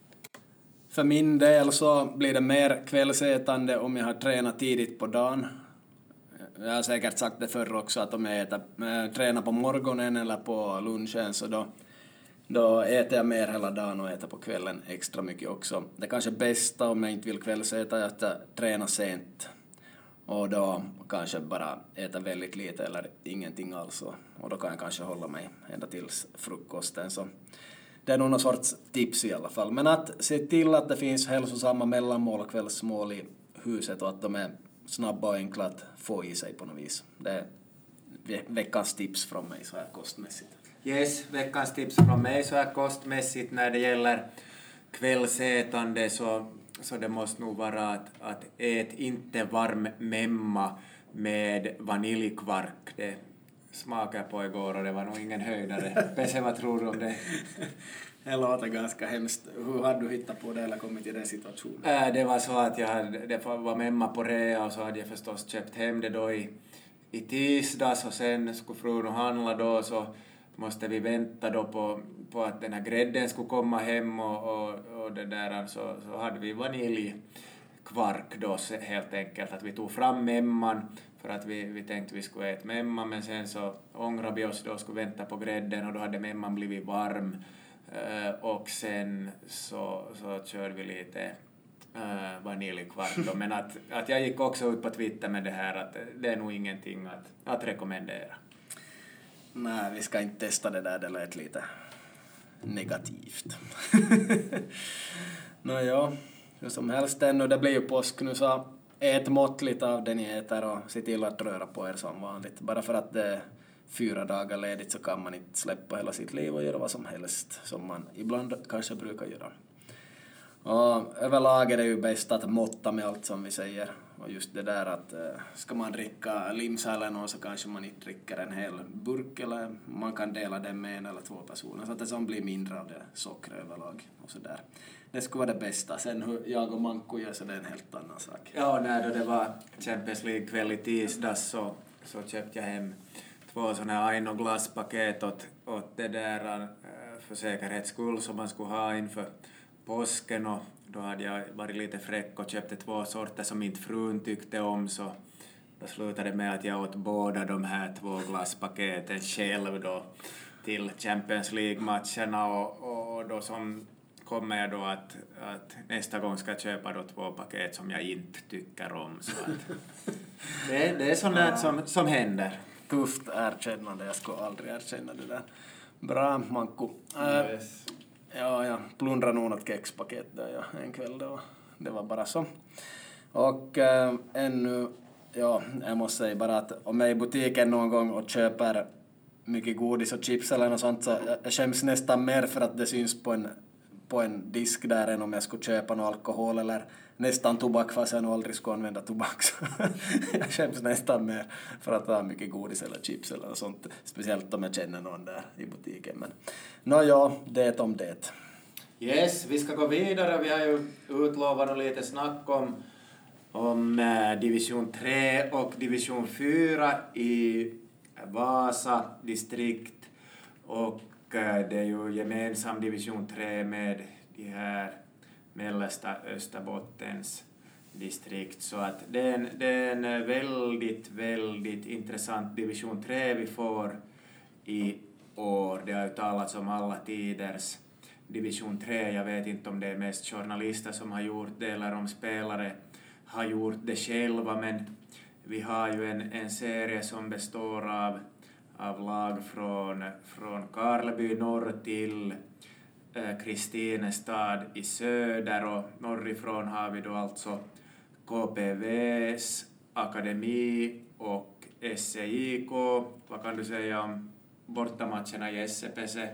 För min del så blir det mer kvällsätande om jag har tränat tidigt på dagen. Jag har säkert sagt det förr också, att om jag äter, äh, tränar på morgonen eller på lunchen, så då, då äter jag mer hela dagen och äter på kvällen extra mycket också. Det kanske bästa om jag inte vill kvällsäta är att jag tränar sent. Och då kanske bara äta väldigt lite eller ingenting alls. Och då kan jag kanske hålla mig ända tills frukosten. Så det är nog någon sorts tips i alla fall. Men att se till att det finns hälsosamma mellanmål och kvällsmål i huset, och att de är snabba och enkla att få i sig på något vis. Det är veckans tips från mig så här kostmässigt. Yes, veckans tips från mig så här kostmässigt när det gäller kvällsätande, så, så det måste nog vara att, att ät inte varm memma med vaniljkvark. Det smakade på igår och det var nog ingen höjdare. Pese, vad tror du om det? Det låter ganska hemskt. Hur hade du hittat på det eller kommit i den situationen? Äh, det var så att jag hade, det var memma på rea, och så hade jag förstås köpt hem det då i, i tisdags, och sen skulle frun och handla då, så måste vi vänta då på, på att den här grädden skulle komma hem, och, och, och det där, så, så hade vi vaniljkvark då helt enkelt, att vi tog fram memman för att vi, vi tänkte vi skulle äta memma, men sen så ångrade vi oss då och skulle vänta på grädden, och då hade memman blivit varm. Uh, och sen så, så körde vi lite uh, vaniljkvark då. Men att, att jag gick också ut på Twitter med det här, att det är nog ingenting att, att rekommendera. Nej, vi ska inte testa det där, det lät lite negativt. Nåja, hur som helst ännu, det blir ju påsk nu, så ät måttligt av det ni äter och se till att röra på er som vanligt. Bara för att det fyra dagar ledigt så kan man inte släppa hela sitt liv och göra vad som helst som man ibland kanske brukar göra. Och överlag är det ju bäst att måtta med allt som vi säger. Och just det där att eh, ska man dricka limsa eller något, så kanske man inte dricker en hel burk, eller man kan dela den med en eller två personer så att det som blir mindre av det sockret överlag och så där. Det skulle vara det bästa. Sen hur jag och Manko gör, så det är en helt annan sak. Ja, när det var Champions League kväll i tisdags så, så köpte jag hem två sådana här Aino glasspaket åt, åt det där äh, för säkerhets skull som man skulle ha inför påsken, och då hade jag varit lite fräck och köpte två sorter som inte frun tyckte om, så då slutade det med att jag åt båda de här två glasspaketen själv då till Champions League-matcherna, och, och då som kommer jag då att, att nästa gång ska jag köpa då två paket som jag inte tycker om, så att det, det är sånt där som, som händer. Tufft erkännande, jag skulle aldrig erkänna det där. Bra, Manko. Yes. Äh, ja, jag plundrade nog något kexpaket där ja, en kväll då. Det var bara så. Och äh, ännu, ja, jag måste säga bara att om jag är i butiken någon gång och köper mycket godis och chips eller något sånt, så jag skäms nästan mer för att det syns på en på en disk där än om jag skulle köpa någon alkohol eller nästan tobak fast jag nog aldrig skulle använda tobak. Så jag skäms nästan mer för att ha mycket godis eller chips eller sånt. Speciellt om jag känner någon där i butiken. Men nå ja, det om det. Yes, vi ska gå vidare. Vi har ju utlovat lite snack om, om eh, division tre och division fyra i Vasa distrikt. Och eh, det är ju gemensam division tre med de här mellersta Österbottens distrikt. Så att det är en, det är en väldigt, väldigt intressant division tre vi får i år. Det har ju talats om alla tiders division tre. Jag vet inte om det är mest journalister som har gjort det eller om spelare har gjort det själva, men vi har ju en, en serie som består av, av lag från, från Karleby norr till Kristinestad i söder, och norrifrån har vi då alltså K P V:s akademi och S C I K. Vad kan du säga om bortamatcherna i S C P C?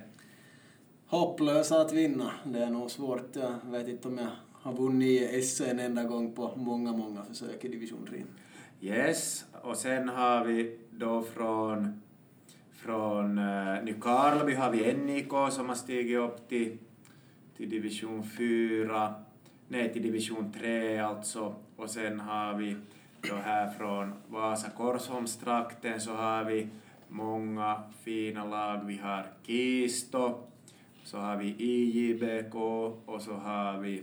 Hopplösa att vinna. Det är nog svårt. Jag vet inte om jag har vunnit S C en enda gång på många, många försök i division tre. Yes, och sen har vi då från Från uh, Nykarleby har vi N I K som har stigit upp till, till division fyra, nej till division tre alltså. Och sen har vi då här från Vasa Korsholmstrakten så har vi många fina lag. Vi har Kisto, så har vi I J B K och så har vi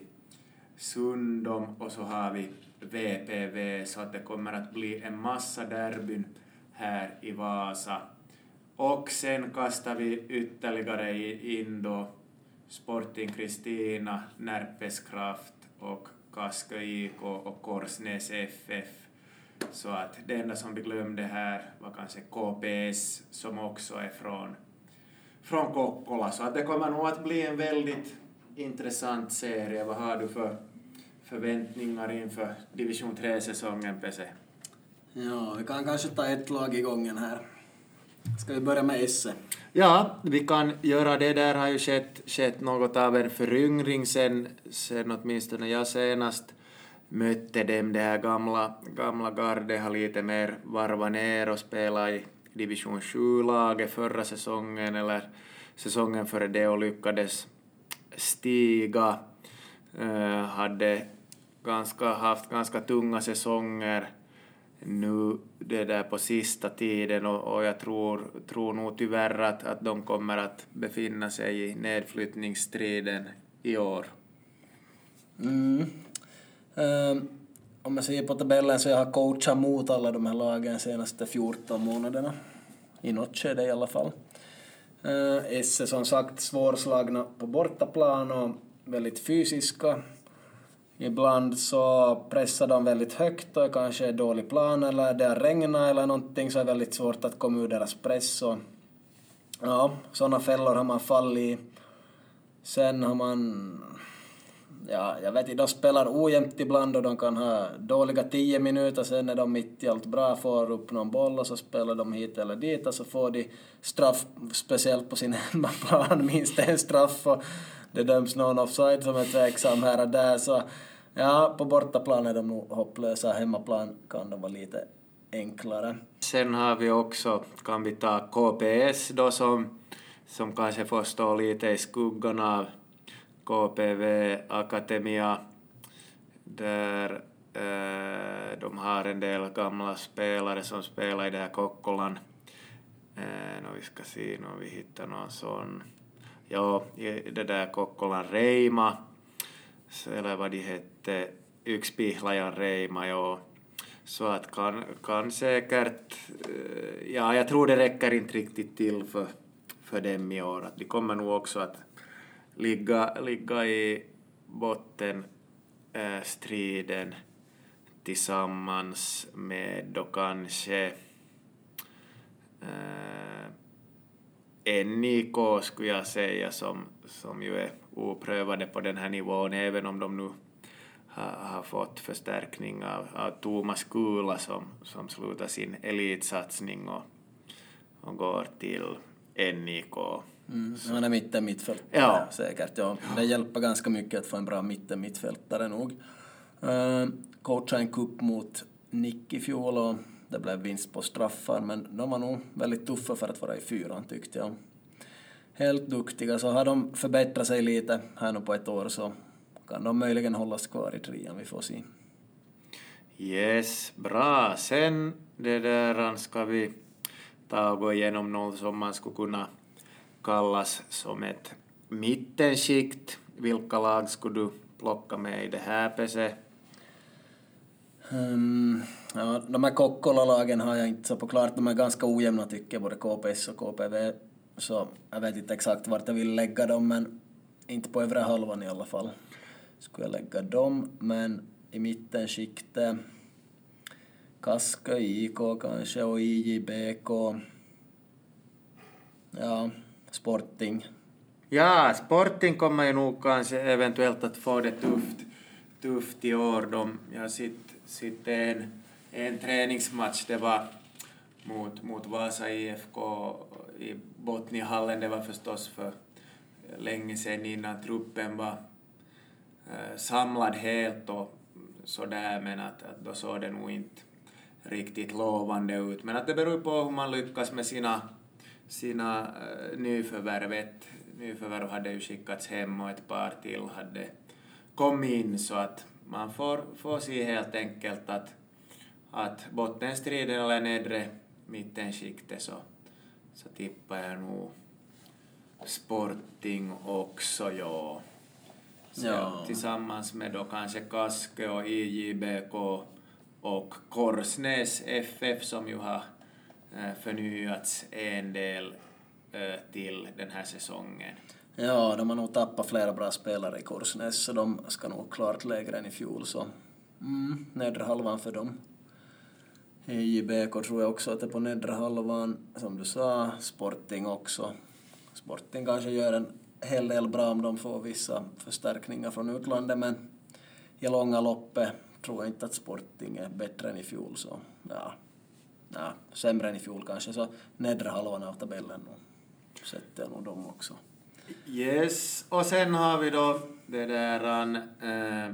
Sundom och så har vi V P V. Så att det kommer att bli en massa derbyn här i Vasa. Och sen kastar vi ytterligare in då Sporting Kristina, Närpeskraft och Kaskö I K och Korsnäs F F. Så att det enda som vi glömde här var kanske K P S som också är från, från Kokkola. Så att det kommer nog att bli en väldigt intressant serie. Vad har du för förväntningar inför division tre-säsongen, P C? Ja, vi kan kanske ta ett lag i gången här. Ska vi börja med S C? Ja, vi kan göra det. Där har ju skett, skett något av en föryngring sen, sen åtminstone jag senast mötte dem. Det här gamla, gamla garde har lite mer varvat ner och spelat i division sju-laget förra säsongen eller säsongen före det och lyckades stiga. Uh, hade ganska, haft ganska tunga säsonger nu det där på sista tiden och, och jag tror, tror nog tyvärr att, att de kommer att befinna sig i nedflyttningsstriden i år. Mm. Um, om jag ser på tabellen så jag har coachat mot alla de här lagen de senaste fjorton månaderna. I något skede i alla fall. Uh, S är som sagt svårslagna på bortaplan och väldigt fysiska. Ibland så pressar de väldigt högt och kanske är dålig plan eller det har regnat eller någonting så är det väldigt svårt att komma ur deras press. Och, ja, sådana fällor har man fallit i. Sen har man, ja, jag vet inte, de spelar ojämnt ibland och de kan ha dåliga tio minuter, sen är de mitt i allt bra, får upp någon boll och så spelar de hit eller dit och så får de straff, speciellt på sin hemmaplan, minst en straff och det döms någon offside som är tveksam här och där, så ja, på bortaplan är de nog hopplösa, hemmaplan kan de vara lite enklare. Sen har vi också, kan vi ta K P S då som, som kanske får stå lite i skuggan av K P V Akademia, där eh, de har en del gamla spelare som spelar i det här Kokkolan. Eh, no, vi ska se om vi hittar någon sån. Ja, det där Kokkolan Reima, eller vad de hette, Yksipihlajan Reima, ja. Så att kan, kan säkert, ja, jag tror det räcker inte riktigt till för, för dem i år. Att de kommer nog också att ligga, ligga i botten äh, striden tillsammans med då kanske äh, N I K skulle jag säga som, som ju är oprövade på den här nivån, även om de nu har, har fått förstärkning av, av Thomas Kula som, som slutar sin elitsatsning och, och går till N I K. Mm. Han är mitten mittfältare, ja. säkert. Ja. Det hjälper ganska mycket att få en bra mitten mittfältare nog. Uh, coacha en kupp mot Nick i fjol och det blev vinst på straffar, men de var nog väldigt tuffa för att vara i fyran tyckte jag. Helt duktiga, så har de förbättrat sig lite här nu på ett år så kan de möjligen hållas kvar i trean, vi får se. Yes, bra. Sen det där ska vi ta och gå igenom något som man skulle kunna kallas som ett mittenskikt. Vilka lag skulle du plocka med i det här P C? Um, ja, de här Kokkola-lagen har jag inte så på klart. De är ganska ojämna tycker jag, både K P S och K P V. Så jag vet inte exakt vart jag vill lägga dem, men inte på övre halvan i alla fall. Skulle jag lägga dem, men i mitten skiktet Kaska I K kanske och I J B K. Ja, Sporting. Ja, Sporting kommer ju nog kanske eventuellt att få det tufft, tufft i år. De, jag har sitt, sitt en, en träningsmatch, det var mot, mot Vasa I F K i Botniahallen. Det var förstås för länge sedan innan truppen var eh, samlad helt och sådär, men att, att då såg det nog inte riktigt lovande ut. Men att det beror på hur man lyckas med sina, sina uh, nyförvärvet. Nyförvärv hade ju skickats hem och ett par till hade kommit in, så att man får, får se helt enkelt att, att bottenstriden eller nedre mittenskiktet så, så tippar jag nog Sporting också, ja. Så Ja. Tillsammans med då kanske Kaske och I J B K och Korsnäs F F som ju har förnyats en del till den här säsongen. Ja, de har nog tappat flera bra spelare i Korsnäs, så de ska nog klart lägre än i fjol. Så mm, nedre halvan för dem. I J B K tror jag också att det är på nedre halvan. Som du sa, Sporting också. Sporting kanske gör en hel del bra om de får vissa förstärkningar från utlandet, men i långa loppet tror jag inte att Sporting är bättre än i fjol. Så ja, ja sämre än i fjol kanske. Så nedre halvan av tabellen nu. Sätter jag nog dem också. Yes, och sen har vi då det där äh,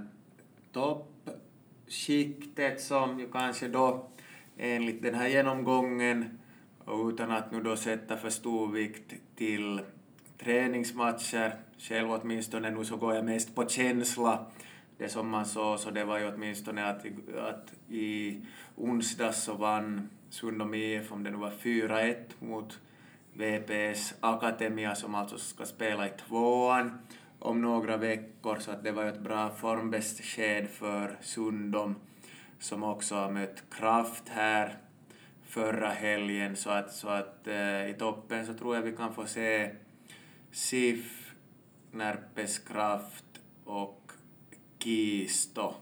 toppskiktet som ju kanske då enligt den här genomgången och utan att nu då sätta för stor vikt till träningsmatcher. Själv åtminstone nu så går jag mest på känsla. Det som man såg så det var ju åtminstone att, att i onsdags så vann Sundom I F, om det nu var fyra ett mot V P S Akademia som alltså ska spela i tvåan om några veckor, så att det var ju ett bra formbesked för Sundom som också har mött Kraft här förra helgen, så att, så att eh, i toppen så tror jag vi kan få se S I F, Närpes Kraft och Kisto.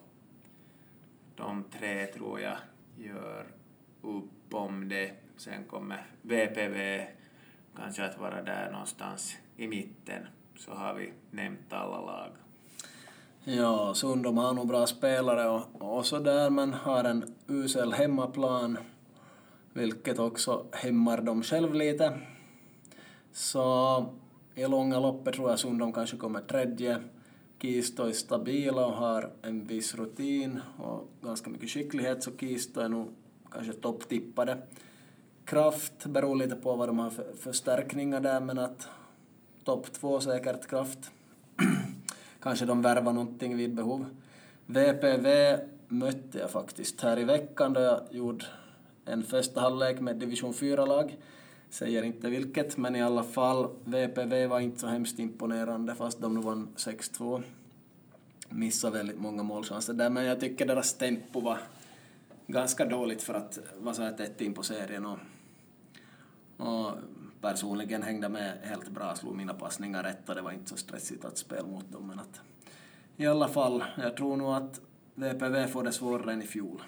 De tre tror jag gör upp om det. Sen kommer V P V kanske att vara där någonstans i mitten. Så har vi nämnt alla lag. Ja, Sundom har nog bra spelare och, och så där, men har en usel hemmaplan, vilket också hämmar dem själv lite. Så i långa loppet tror jag Sundom kanske kommer tredje. Kisto är stabila och har en viss rutin och ganska mycket skicklighet, så Kisto är nog kanske topptippade. Kraft beror lite på vad de har för förstärkningar där, men att topp två säkert Kraft. Kanske de värvar någonting vid behov. V P V mötte jag faktiskt här i veckan då jag gjorde en första halvlek med division fyra-lag. Säger inte vilket, men i alla fall V P V var inte så hemskt imponerande fast de nu vann sex två. Missade väldigt många målchanser där, men jag tycker deras tempo var ganska dåligt för att vara så här tätt in på serien. Och, och personligen hängde med helt bra, slog mina passningar rätt och det var inte så stressigt att spela mot dem. Men att, i alla fall, jag tror nog att V P V får det svårare än i fjol.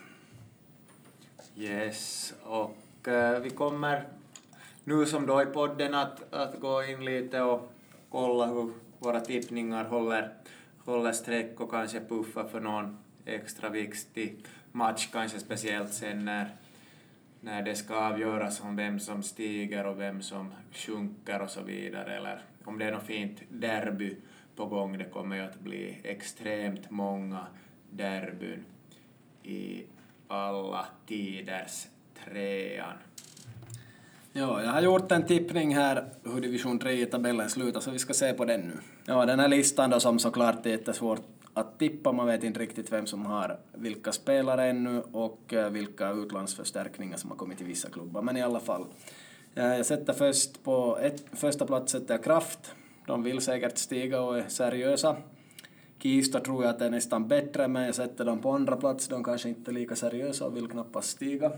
Yes, och uh, vi kommer nu som då i podden att, att gå in lite och kolla hur våra tippningar håller, håller streck och kanske puffa för någon extra viktig match, kanske speciellt sen när, när det ska avgöras om vem som stiger och vem som sjunker och så vidare, eller om det är något fint derby på gång. Det kommer ju att bli extremt många derbyn i alla tiders trean. Ja, jag har gjort en tippning här hur division tre i tabellen slutar, så vi ska se på den nu. Ja, den här listan då, som såklart är jättesvårt att tippa, man vet inte riktigt vem som har vilka spelare ännu och vilka utlandsförstärkningar som har kommit till vissa klubbar, men i alla fall. Jag sätter först på ett, första plats sätter jag Kraft. De vill säkert stiga och är seriösa. Kista tror jag att det är nästan bättre, men jag sätter dem på andra plats. De kanske inte är lika seriösa och vill knappast stiga.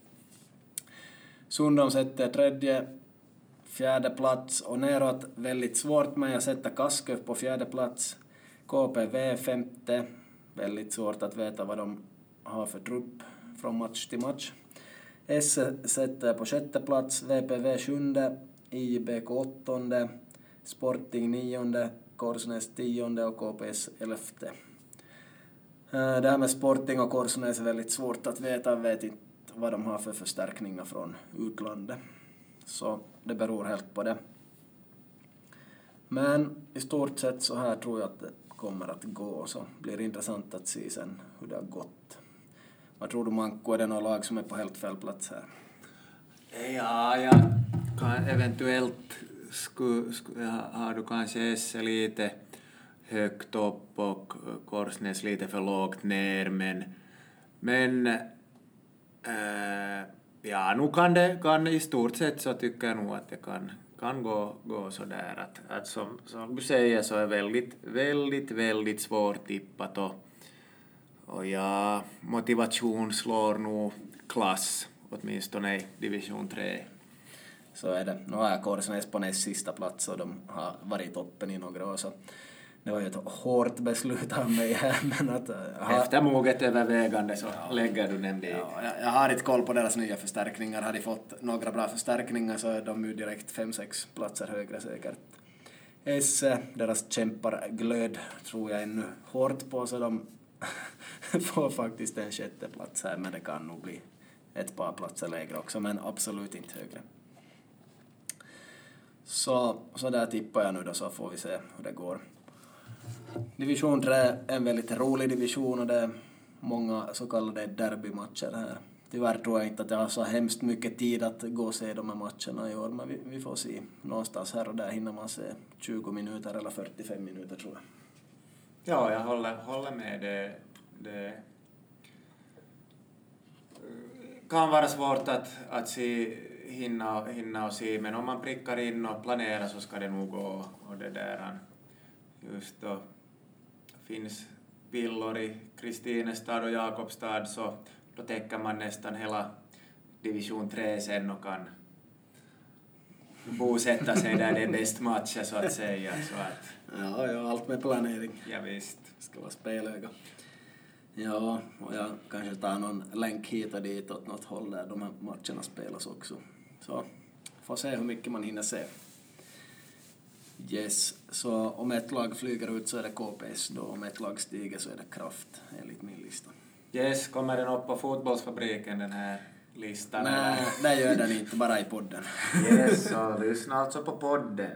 Sundom sätter tredje, fjärde plats och neråt väldigt svårt, men jag sätter Kaskö på fjärde plats. K P V femte, väldigt svårt att veta vad de har för trupp från match till match. S sätter på sjätte plats, V P V sjunde, I J B K åttonde, Sporting nionde, Korsnäs tionde och K P S elfte. Det här med Sporting och Korsnäs är väldigt svårt att veta, jag vet inte vad de har för förstärkningar från utlandet. Så det beror helt på det. Men i stort sett så här tror jag att det kommer att gå, så blir det intressant att se sen hur det har gått. Vad tror du, Manko, är det några lag som är på helt fel plats här? Ja, jag kan eventuellt sku, sku, har du kanske S lite högt upp och Korsnäs lite för lågt ner, men men äh, ja, nu kan det kan i stort sett så tycker jag nog att det kan kan gå gå så där att att som som du säger så är väldigt väldigt väldigt svårt tippat, och och ja, motivation slår nog klass åtminstone i division tre. Så är det. Nu har jag Korsnäs på näst sista plats och de har varit toppen i några år, så det var ju ett hårt beslut av mig här, men att ha... efter moget övervägande så ja, lägger du den dit. Ja, jag, jag har inte koll på deras nya förstärkningar. Har de fått några bra förstärkningar så är de ju direkt fem sex platser högre säkert. S, deras kämpar glöd tror jag ännu hårt på, så de får faktiskt en sjätte plats här, men det kan nog bli ett par platser lägre också, men absolut inte högre. Så, så där tippar jag nu då, så får vi se hur det går. Division tre är en väldigt rolig division och det är många så kallade derbymatcher här. Tyvärr tror jag inte att jag har så hemskt mycket tid att gå och se de här matcherna i år, men vi, vi får se. Någonstans här och där hinner man se tjugo minuter eller fyrtiofem minuter tror jag. Ja, jag håller, håller med. Det, det kan vara svårt att, att se, hinna, hinna och se, men om man prickar in och planerar så ska det nog gå. Och det där, just då finns villor i Kristinestad och Jakobstad, så då täcker man nästan hela division tre sen och kan bosätta sig där det är bäst matcher så att säga. Så att, ja, ja, allt med planering. Ja, visst. Det ska vara spelöga. Ja, och jag kanske tar någon länk hit och dit åt något håll där de här matcherna spelas också. Så får se hur mycket man hinner se. Yes, så om ett lag flyger ut så är det K P S då, om ett lag stiger så är det Kraft enligt min lista. Yes, kommer den upp på fotbollsfabriken den här listan? Nej, det gör den inte, bara i podden. Yes, så lyssna alltså på podden.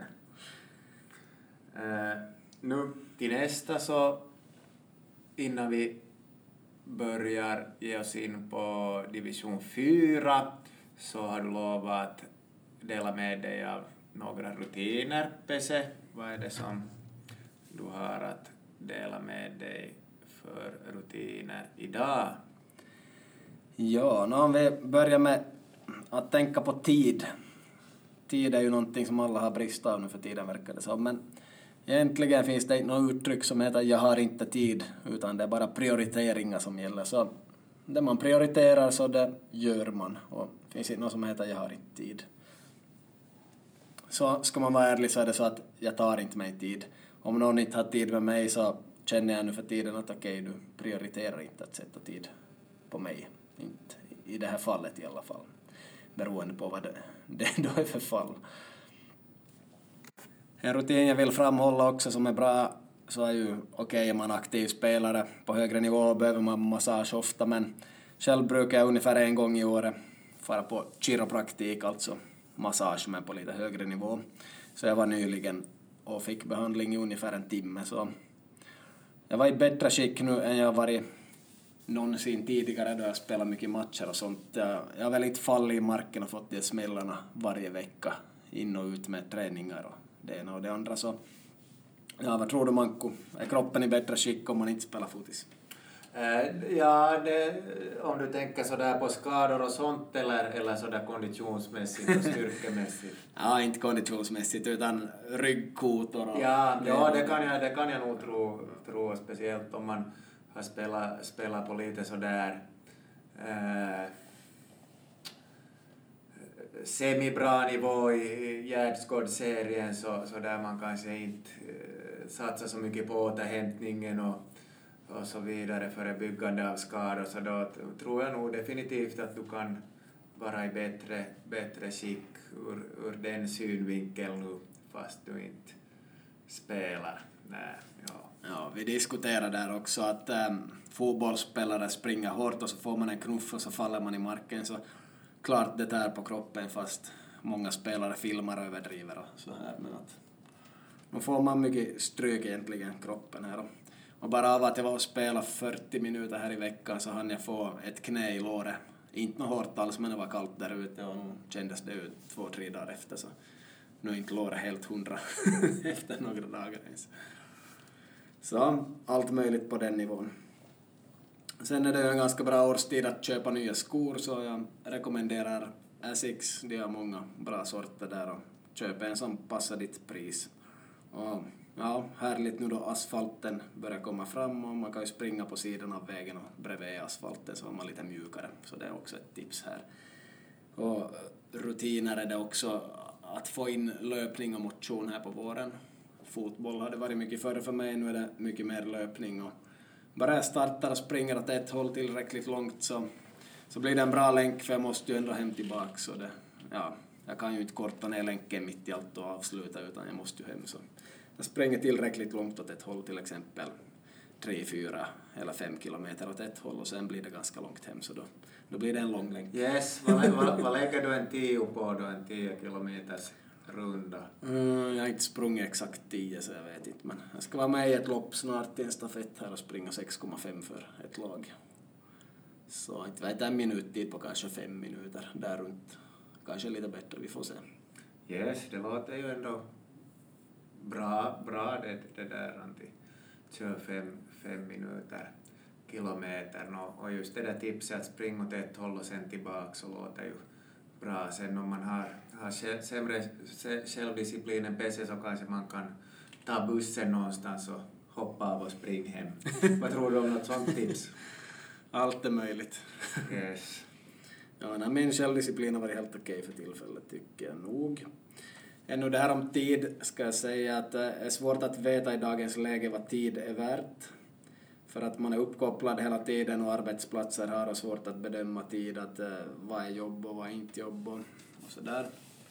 Uh, nu till nästa, så innan vi börjar ge oss in på division fyra så har du lovat att dela med dig av några rutiner, Pese. Vad är det som du har att dela med dig för rutiner idag? Ja, nu om vi börjar med att tänka på tid. Tid är ju någonting som alla har brist av nu för tiden, verkar det som. Men egentligen finns det inte något uttryck som heter jag har inte tid, utan det är bara prioriteringar som gäller. Så det man prioriterar så det gör man. Och det finns inte något som heter jag har inte tid. Så ska man vara ärlig så är det så att jag tar inte mig tid. Om någon inte har tid med mig så känner jag nu för tiden att okej, okay, du prioriterar inte att sätta tid på mig. Inte i det här fallet i alla fall. Beroende på vad det, det då är för fall. En rutin jag vill framhålla också som är bra så är ju okej, okay, är man aktiv spelare på högre nivå behöver man massage ofta, men själv brukar jag ungefär en gång i året fara på chiropraktik, alltså massage men på lite högre nivå. Så jag var nyligen och fick behandling i ungefär en timme. Så jag var i bättre skick nu än jag varit någonsin tidigare då jag spelat mycket matcher och sånt. Jag, jag har väl inte fallit i marken och fått de smällarna varje vecka in och ut med träningar och det ena och det andra. Så ja, vad tror du, Manko? Är kroppen i bättre skick om man inte spelar fotis? Uh, ja, det, om du tänker sådär på skador och sånt eller, eller sådär konditionsmässigt och styrkemässigt? Ja, inte konditionsmässigt utan ryggkotor. Och ja, det, ja det, kan jag, det kan jag nog tro, tro speciellt om man har spelat, spelat på lite sådär uh, semibra nivå i Gärdsgårdsserien så, så där man kanske inte uh, satsar så mycket på återhämtningen och och så vidare förebyggande av skador, så då tror jag nog definitivt att du kan vara i bättre, bättre skick ur, ur den synvinkeln nu fast du inte spelar. Nej, ja. Ja, vi diskuterar där också att ähm, fotbollsspelare springer hårt och så får man en knuff och så faller man i marken, så klart det tär på kroppen fast många spelare filmar och överdriver och så här, men att då får man mycket stryk egentligen kroppen här. Och bara av att jag var och spelade fyrtio minuter här i veckan så hann jag få ett knä i låret. Inte något hårt alls, men det var kallt där ute och nu kändes det ut två, tre dagar efter. Så nu är inte låret helt hundra efter några dagar ens. Så allt möjligt på den nivån. Sen är det en ganska bra årstid att köpa nya skor, så jag rekommenderar Asics. De har många bra sorter där och köp en som passar ditt pris. Och ja, härligt nu då asfalten börjar komma fram och man kan ju springa på sidan av vägen och bredvid asfalten så är man lite mjukare. Så det är också ett tips här. Och rutiner är det också att få in löpning och motion här på våren. Fotboll har det varit mycket förr för mig, nu är det mycket mer löpning. Och bara jag startar och springer åt ett håll tillräckligt långt så, så blir det en bra länk, för jag måste ju ändå hem tillbaka. Så det, ja, jag kan ju inte korta ner länken mitt i allt och avsluta, utan jag måste ju hem. Så jag springer tillräckligt långt åt ett håll, till exempel tre, fyra eller fem kilometer åt ett håll, och sen blir det ganska långt hem, så då, då blir det en lång länk. Yes, vad, vad, vad lägger du en tio på då, en tio kilometers runda? Mm, jag har inte sprungit exakt tio så jag vet inte, men jag ska vara med i ett lopp snart i en stafett här och springa sex komma fem för ett lag. Så inte vet jag, en minuttid på kanske fem minuter där runt. Kanske lite bättre, vi får se. Yes, det låter ju ändå bra, bra det, det där till tjugofem fem minuter kilometer. Och just det där tipset att springa åt ett håll och sen tillbaka så låter ju bra. Sen om man har, har sämre självdisciplin än P C så kanske man kan ta bussen någonstans och hoppa av och springa hem. Vad tror du om något sånt tips? Allt är möjligt. Yes. Ja, nej, min självdisciplin har varit helt okej för tillfället, tycker jag nog. Ännu det här om tid ska jag säga att det är svårt att veta i dagens läge vad tid är värt. För att man är uppkopplad hela tiden och arbetsplatser har svårt att bedöma tid, att vad är jobb och vad är inte jobb och, och sådär.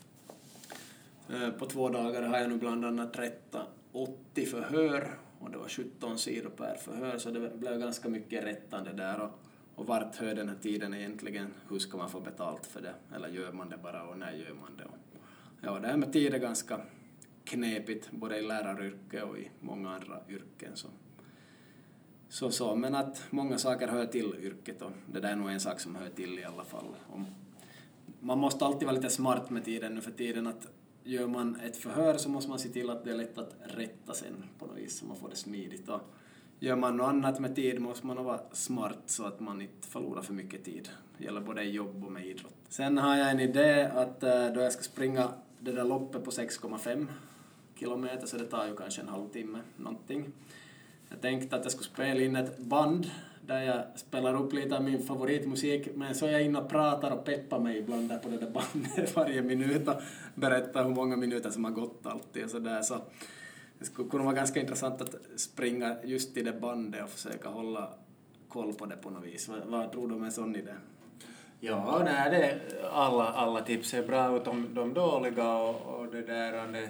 På två dagar har jag nu bland annat rättat åttio förhör och det var sjutton sidor per förhör, så det blev ganska mycket rättande där. Och, och vart hör den här tiden egentligen? Hur ska man få betalt för det? Eller gör man det bara och när gör man det? Ja, det här med tid är ganska knepigt både i läraryrke och i många andra yrken. Så. Så, så, men att många saker hör till yrket och det där är nog en sak som hör till i alla fall. Och man måste alltid vara lite smart med tiden nu för tiden, att gör man ett förhör så måste man se till att det är lätt att rätta sen på något vis så man får det smidigt. Och gör man något annat med tid måste man vara smart så att man inte förlorar för mycket tid. Det gäller både jobb och med idrott. Sen har jag en idé att då jag ska springa det där loppet på sex komma fem kilometer, så det tar ju kanske en halvtimme någonting. Jag tänkte att jag skulle spela in ett band där jag spelar upp lite av min favoritmusik, men så är jag inne och pratar och peppar mig ibland där på det där bandet varje minut och berättar hur många minuter som har gått alltid och så där. Så det skulle kunna vara ganska intressant att springa just i det bandet och försöka hålla koll på det på något vis. Vad, vad tror du om en sån idé? Ja, nej, det, alla, alla tips är bra utom de dåliga och, och det där det,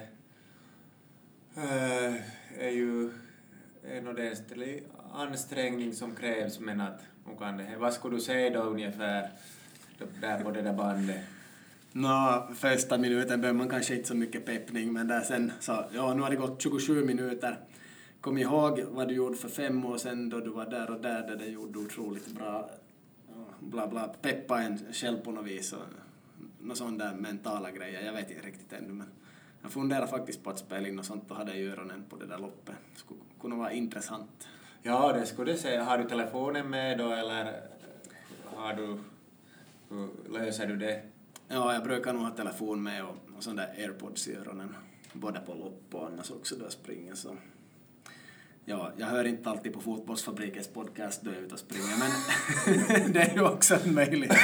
äh, är ju en ordentlig ansträngning som krävs, men att nu kan det, vad skulle du säga då ungefär där på det där bandet? Nå, första minuten behöver man kanske inte så mycket peppning, men där sen så, ja, nu har det gått tjugosju minuter. Kom ihåg vad du gjorde för fem år sedan då du var där och där, där det gjorde otroligt bra, bla bla, peppa en själv på något vis och någon sån där mentala grejer, jag vet inte riktigt ännu, men jag funderar faktiskt på att spela in och sånt och hade i öronen på det där loppet. Det skulle kunna vara intressant. Ja, det skulle det säga. Har du telefonen med då, eller har du, hur löser du det? Ja, jag brukar nog ha telefon med och, och sån där AirPods i öronen, både på lopp och annars också då jag springer. Så. Ja, jag hör inte alltid på Fotbollsfabrikens podcast då jag är ute och springer, men det är ju också en möjlighet.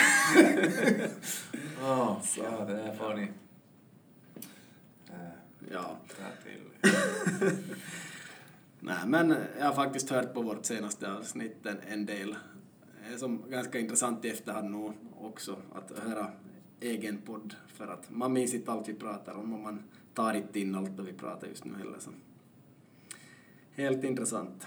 Oh, ja, det där får ni äh, ja. ta till. Nej, men jag har faktiskt hört på vårt senaste avsnitt en, en del. Det är som ganska intressant i efterhand nu också att höra egen podd, för att man minns inte allt vi pratar om och man tar inte in allt det vi pratar just nu heller. Så. Helt intressant.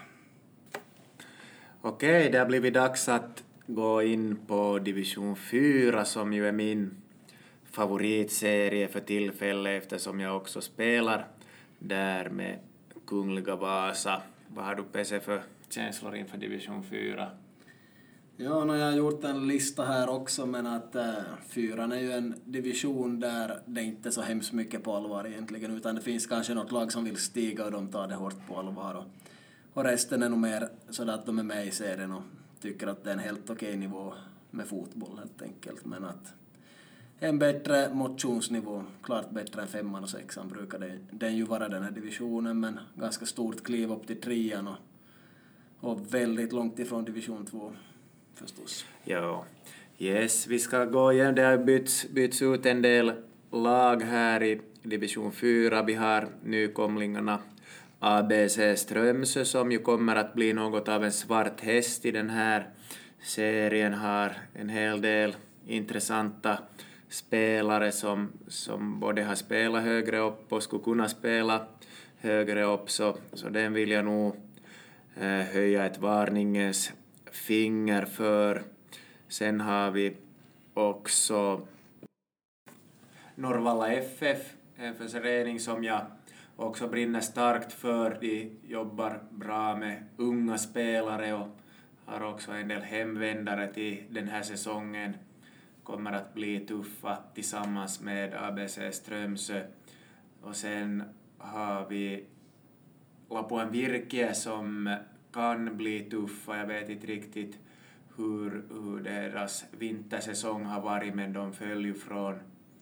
Okej, det har blivit dags att gå in på division fyra som ju är min favoritserie för tillfället eftersom jag också spelar där med Kungliga Vasa. Vad har du P C för känslor inför division fyra? Ja, nu har jag gjort en lista här också, men att äh, fyran är ju en division där det inte är så hemskt mycket på allvar egentligen, utan det finns kanske något lag som vill stiga och de tar det hårt på allvar. Och, och resten är nog mer så att de är med i serien och tycker att det är en helt okej nivå med fotboll helt enkelt, men att en bättre motionsnivå, klart bättre än femman och sexan brukar det, den ju vara den här divisionen, men ganska stort kliv upp till trean och, och väldigt långt ifrån division två. Förstås. Ja, yes, vi ska gå igen. Det har bytts, bytts ut en del lag här i division fyra. Vi har nykomlingarna A B C Strömsö som ju kommer att bli något av en svart häst i den här serien. Har en hel del intressanta spelare som, som både har spelat högre upp och skulle kunna spela högre upp, så, så den vill jag nog eh, höja ett varningens finger för. Sen har vi också Norrvalla F F, en förening som jag också brinner starkt för. De jobbar bra med unga spelare och har också en del hemvändare till den här säsongen. Kommer att bli tuffa tillsammans med A B C Strömsö. Och sen har vi Lapuan Virke som kan bli tuffa. Jag vet inte riktigt hur, hur deras vintersäsong har varit, men de följer från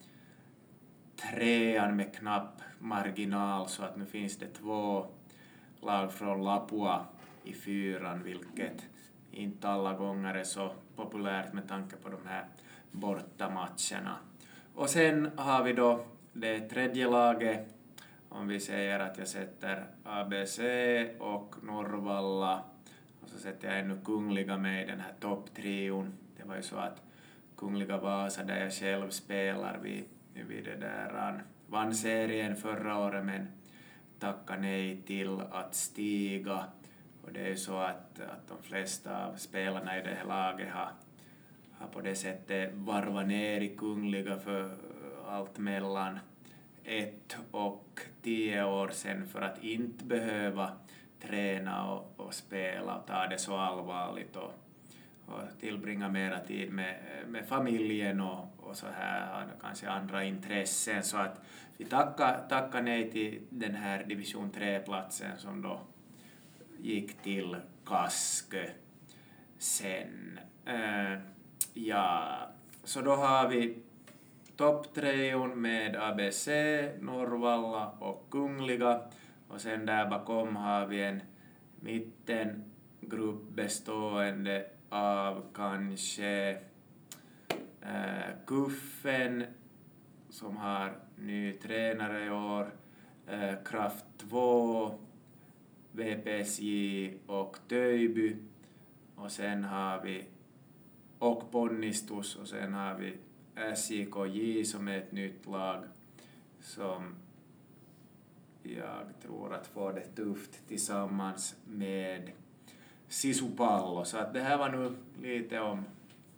trean med knapp marginal, så att nu finns det två lag från Lapua i fyran, vilket inte alla gånger är så populärt med tanke på de här bortamatcherna. Och sen har vi då det tredje laget, om vi säger att jag sätter A B C och Norrvalla och så sätter jag ännu Kungliga med i den här topptrion. Det var ju så att Kungliga Vasa, där jag själv spelar, vi, vi det där, vann serien förra året men tackade nej till att stiga. Och det är ju så att, att de flesta av spelarna i det här laget har, har på det sättet varvat ner i Kungliga för allt mellan ett och tio år sedan för att inte behöva träna och, och spela och ta det så allvarligt och, och tillbringa mera tid med, med familjen och, och så här, kanske andra intressen. Så att vi tackar, tackar nej till den här division tre-platsen som då gick till Kaskö sen. Uh, ja, så då har vi topptrion med A B C, Norrvalla och Kungliga. Och sen där bakom har vi en mittengrupp bestående av kanske äh, Kuffen som har ny tränare i år, äh, Kraft två, V P S J och Töjby. Och sen har vi och Ponnistus och sen har vi S J K J som är ett nytt lag som jag tror att få det tufft tillsammans med Sisupallo. Så att det här var nu lite om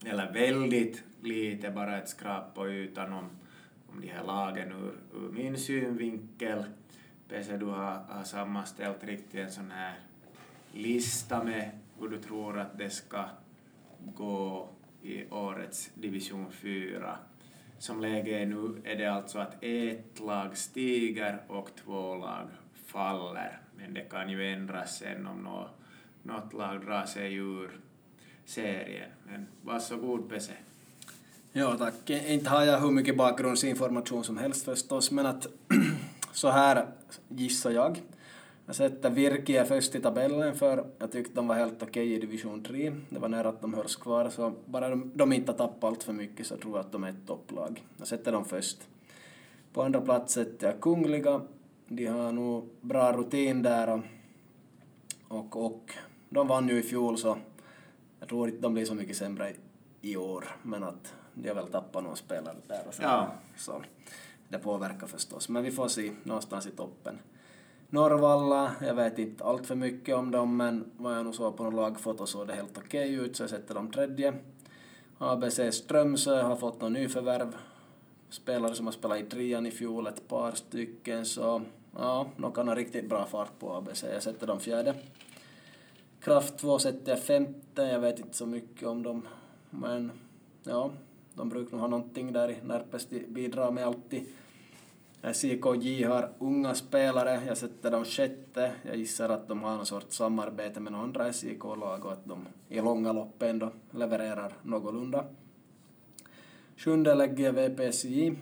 eller väldigt lite, bara ett skrap på ytan om, om de här lagen ur, ur min synvinkel. P C, du har, har sammanställt riktigt en sån här lista med hur du tror att det ska gå i årets division fyra. Som läge är nu är det alltså att ett lag stiger och två lag faller. Men det kan ju ändras sen om något, något lag drar sig ur serien. Men varsågod P C. Ja, tack. Inte har jag hur mycket bakgrundsinformation som helst förstås, men att så här gissar jag. Jag sätter Virkia först i tabellen för jag tyckte de var helt okej i division tre. Det var nära att de hölls kvar, så bara de, de inte har tappat allt för mycket så tror jag att de är ett topplag. Jag sätter dem först. På andra plats sätter jag Kungliga. De har nog bra rutin där och, och, och de vann ju i fjol, så jag tror inte de blir så mycket sämre i, i år, men att de har väl tappat någon spelare där och så. Ja. Så det påverkar förstås, men vi får se någonstans i toppen. Norrvalla, jag vet inte allt för mycket om dem, men vad jag nog såg på någon lagfoto så det helt okej ut, så jag sätter dem tredje. A B C Strömsö har fått någon nyförvärv. Spelare som har spelat i trean i fjol, ett par stycken, så ja, de kan ha riktigt bra fart på A B C. Jag sätter dem fjärde. Kraft två sätter jag femte, jag vet inte så mycket om dem, men ja, de brukar nog ha någonting där i Närpes bidrar med alltid. C K J har unga spelare, jag sätter dem sjätte. Jag gissar att de har någon sorts samarbete med några andra S J K-lag och att de i långa lopp ändå levererar någorlunda. Sjunde lägger jag V P S J.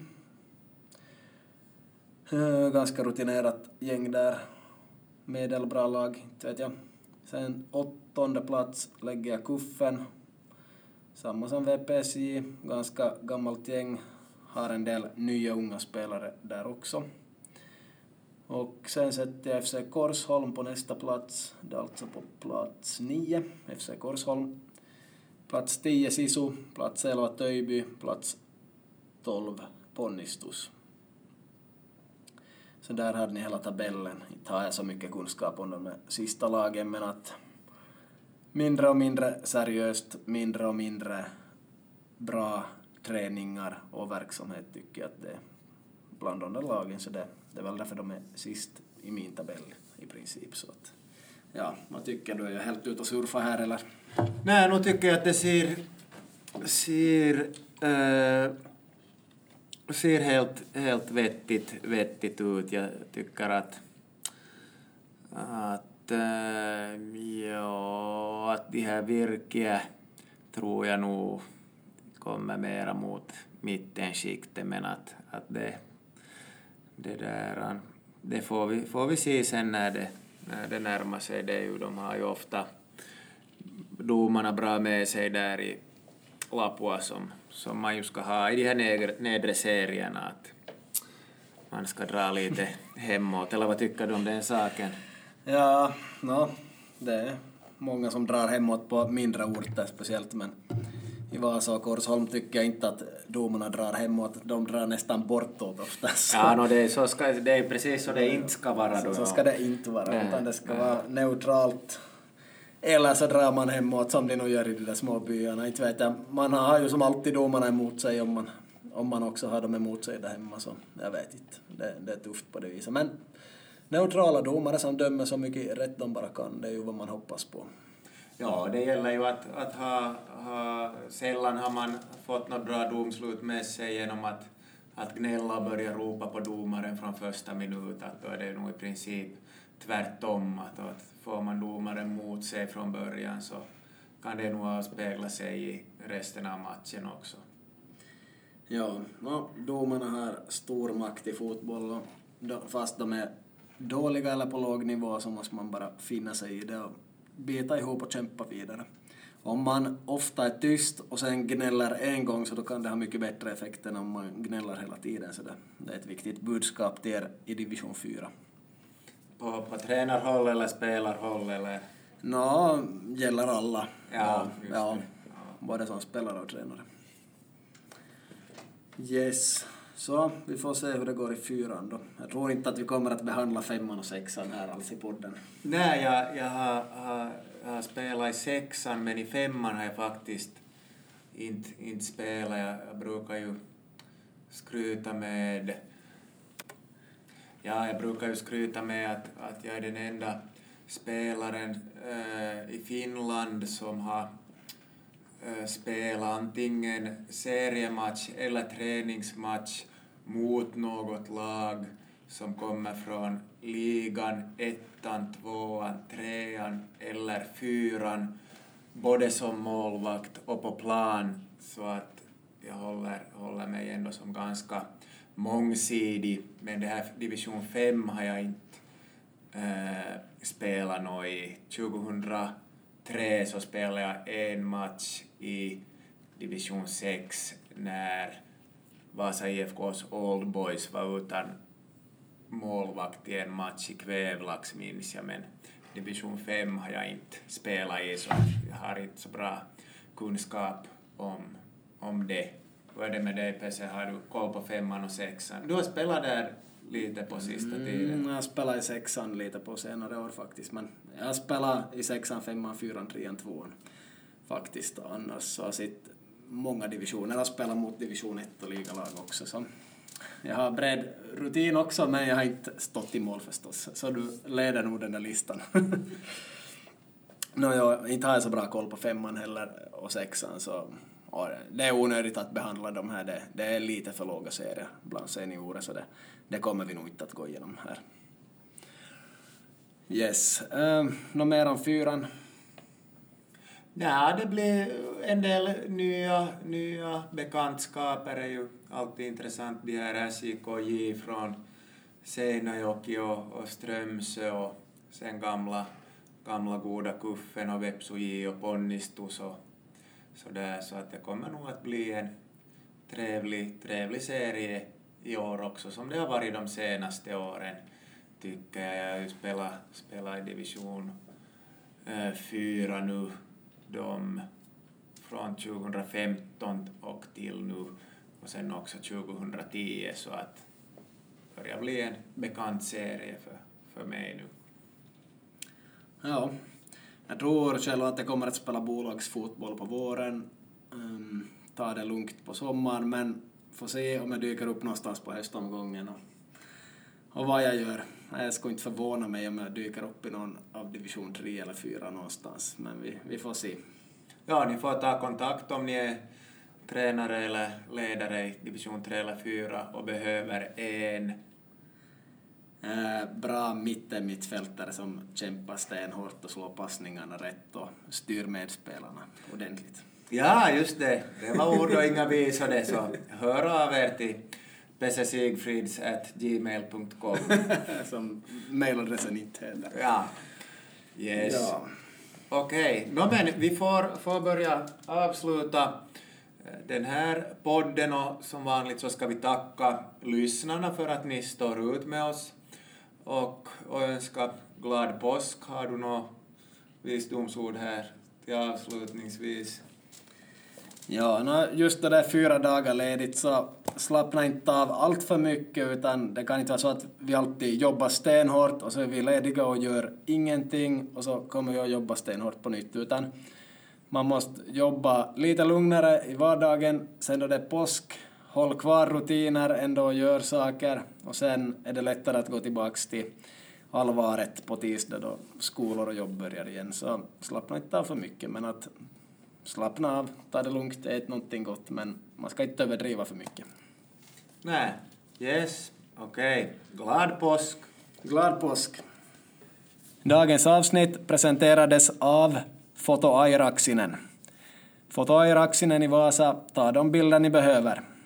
Ganska rutinerat gäng där. Medelbra lag, inte vet jag. Sen åttonde plats lägger jag Kuffen. Samma som V P S J, ganska gammalt gäng. Har en del nya unga spelare där också. Och sen sätter jag F C Korsholm på nästa plats. Det är alltså på plats nio, F C Korsholm. Plats tio Sisu, plats elva Töjby, plats tolv Ponnistus. Så där hade ni hela tabellen. Inte har jag så mycket kunskap om de sista lagen, men att mindre och mindre seriöst, mindre och mindre bra träningar och verksamhet tycker jag att det är bland de där lagen, så det, det är väl därför de är sist i min tabell i princip. Så att, ja, vad tycker du? Är jag helt ute och surfa här eller? Nej, nu tycker jag att det ser ser, äh, ser helt, helt vettigt, vettigt ut. Jag tycker att att, äh, ja, att de här Virkia tror jag nog kommer mera mot mittenskiktet, men att, att det, det där det får vi, får vi se sen när det, när det närmar sig. Det är ju, de har ju ofta domarna bra med sig där i Lapua som, som man ju ska ha i de här nedre, nedre serierna, att man ska dra lite hemåt. Eller vad tycker du om den saken? Ja, no, det är många som drar hemåt på mindre orter speciellt, men i Vasa och Korsholm tycker jag inte att domarna drar hemåt. De drar nästan bortåt oftast. Ja, no, det, är, så ska, det är precis så det inte ska vara. Då, så, så ska det inte vara, nej, utan det ska nej. vara neutralt. Eller så drar man hemåt som de nog gör i de där små byarna. Inte vet jag. Man har ju som alltid domarna emot sig om man, om man också har dem emot sig där hemma. Så jag vet inte. Det, det är tufft på det viset. Men neutrala domare som dömer så mycket rätt de bara kan, det är ju vad man hoppas på. Ja, det gäller ju att, att ha, ha... Sällan har man fått något bra domslut med sig genom att, att gnälla och börja ropa på domaren från första minut. Att då är det nog i princip tvärtom. Att, att får man domaren mot sig från början så kan det nog avspegla sig i resten av matchen också. Ja, no, domarna har stor makt i fotboll. Och då, fast de är dåliga eller på låg nivå så måste man bara finna sig i det och bita ihop och kämpa vidare. Om man ofta är tyst och sen gnäller en gång så då kan det ha mycket bättre effekt än om man gnäller hela tiden. Så det, det är ett viktigt budskap till er i division fyra. På, på tränarhåll eller spelarhåll eller? Nå, no, gäller alla. Ja, ja, ja, både som spelare och tränare. Yes. Så vi får se hur det går i fyran då. Jag tror inte att vi kommer att behandla femman och sexan här alls i podden. Nej, jag, jag, har, har, jag har spelat i sexan, men i femman har jag faktiskt inte, inte spela. Jag, jag brukar ju skryta med ja, jag brukar ju skryta med att, att jag är den enda spelaren äh, i Finland som har äh, spelat antingen seriematch eller träningsmatch mot något lag som kommer från ligan, ettan, tvåan, trean eller fyran, både som målvakt och på plan, så att jag håller, håller mig ändå som ganska mångsidig. Men det här division fem har jag inte äh, spelat något i. tjugohundratre så spelade jag en match i division sex när Vasa I F K:s Old Boys var utan målvakt i en match i Kvävlax, minns jag, men division fem har jag inte spelat i, så jag har inte så bra kunskap om, om det. Vad är det med dig, Pesse? Har du koll på femman och sexan? Du har spelat där lite på sista tiden. Mm, jag har spelat i sexan lite på senare år faktiskt, men jag har spelat i sexan, femman, fyran, trean, tvåan faktiskt. Annars så har jag sett många divisioner. Jag har spelat mot division ett och ligalag också, så jag har bred rutin också, men jag har inte stått i mål förstås. Så du leder nog den där listan. no, jag inte har jag så bra koll på femman heller och sexan, så det är onödigt att behandla de här. Det, det är lite för låga serier bland seniorer, så det, det kommer vi nog inte att gå igenom här. Yes. Uh, något mer om fyran? Ja, det blir en del nya, nya bekantskaper. Det är ju alltid intressant. De här S J K J från Seinäjoki och, och Strömsö och sen gamla, gamla goda Kuffen och Vepsu J och Ponnistus och så där. Så att det kommer nog att bli en trevlig, trevlig serie i år också, som det har varit de senaste åren, tycker jag. Jag har ju spelat, spelat i division eh, fyra nu, de från tjugohundrafemton och till nu, och sen också tjugohundratio, så att det börjar bli en bekant serie för, för mig nu. Ja, jag tror själv att jag kommer att spela bolagsfotboll på våren, um, ta det lugnt på sommaren, men får se om jag dyker upp någonstans på höstomgången och, och vad jag gör. Jag ska inte förvåna mig om jag dyker upp i någon av division tre eller fyra någonstans, men vi, vi får se. Ja, ni får ta kontakt om ni är tränare eller ledare i division tre eller fyra och behöver en eh, bra mittemittfältare som kämpar stenhårt och slår passningarna rätt och styr medspelarna ordentligt. Ja, just det. Det var ord och inga visade, så hör av er till pessesigfrids at gmail punkt com som mailadressen inte heter. Ja. Yes. Ja. Okej, okay. No, men vi får, får börja avsluta den här podden, och som vanligt så ska vi tacka lyssnarna för att ni står ut med oss och, och önska glad påsk. Har du något visdomsord här till avslutningsvis? Ja, no, just det där fyra dagar ledigt, så slappna inte av allt för mycket, utan det kan inte vara så att vi alltid jobbar stenhårt och så är vi lediga och gör ingenting och så kommer vi att jobba stenhårt på nytt, utan man måste jobba lite lugnare i vardagen. Sen då det är påsk, håll kvar rutiner, ändå gör saker, och sen är det lättare att gå tillbaka till allvaret på tisdag då skolor och jobb börjar igen. Så slappna inte av för mycket, men att slappna av, ta det lugnt, ät någonting gott, men man ska inte överdriva för mycket. Nej, yes, okej. Okay. Glad påsk! Glad påsk! Dagens avsnitt presenterades av Foto Airaksinen. Foto Airaksinen i Vasa, ta de bilder ni behöver.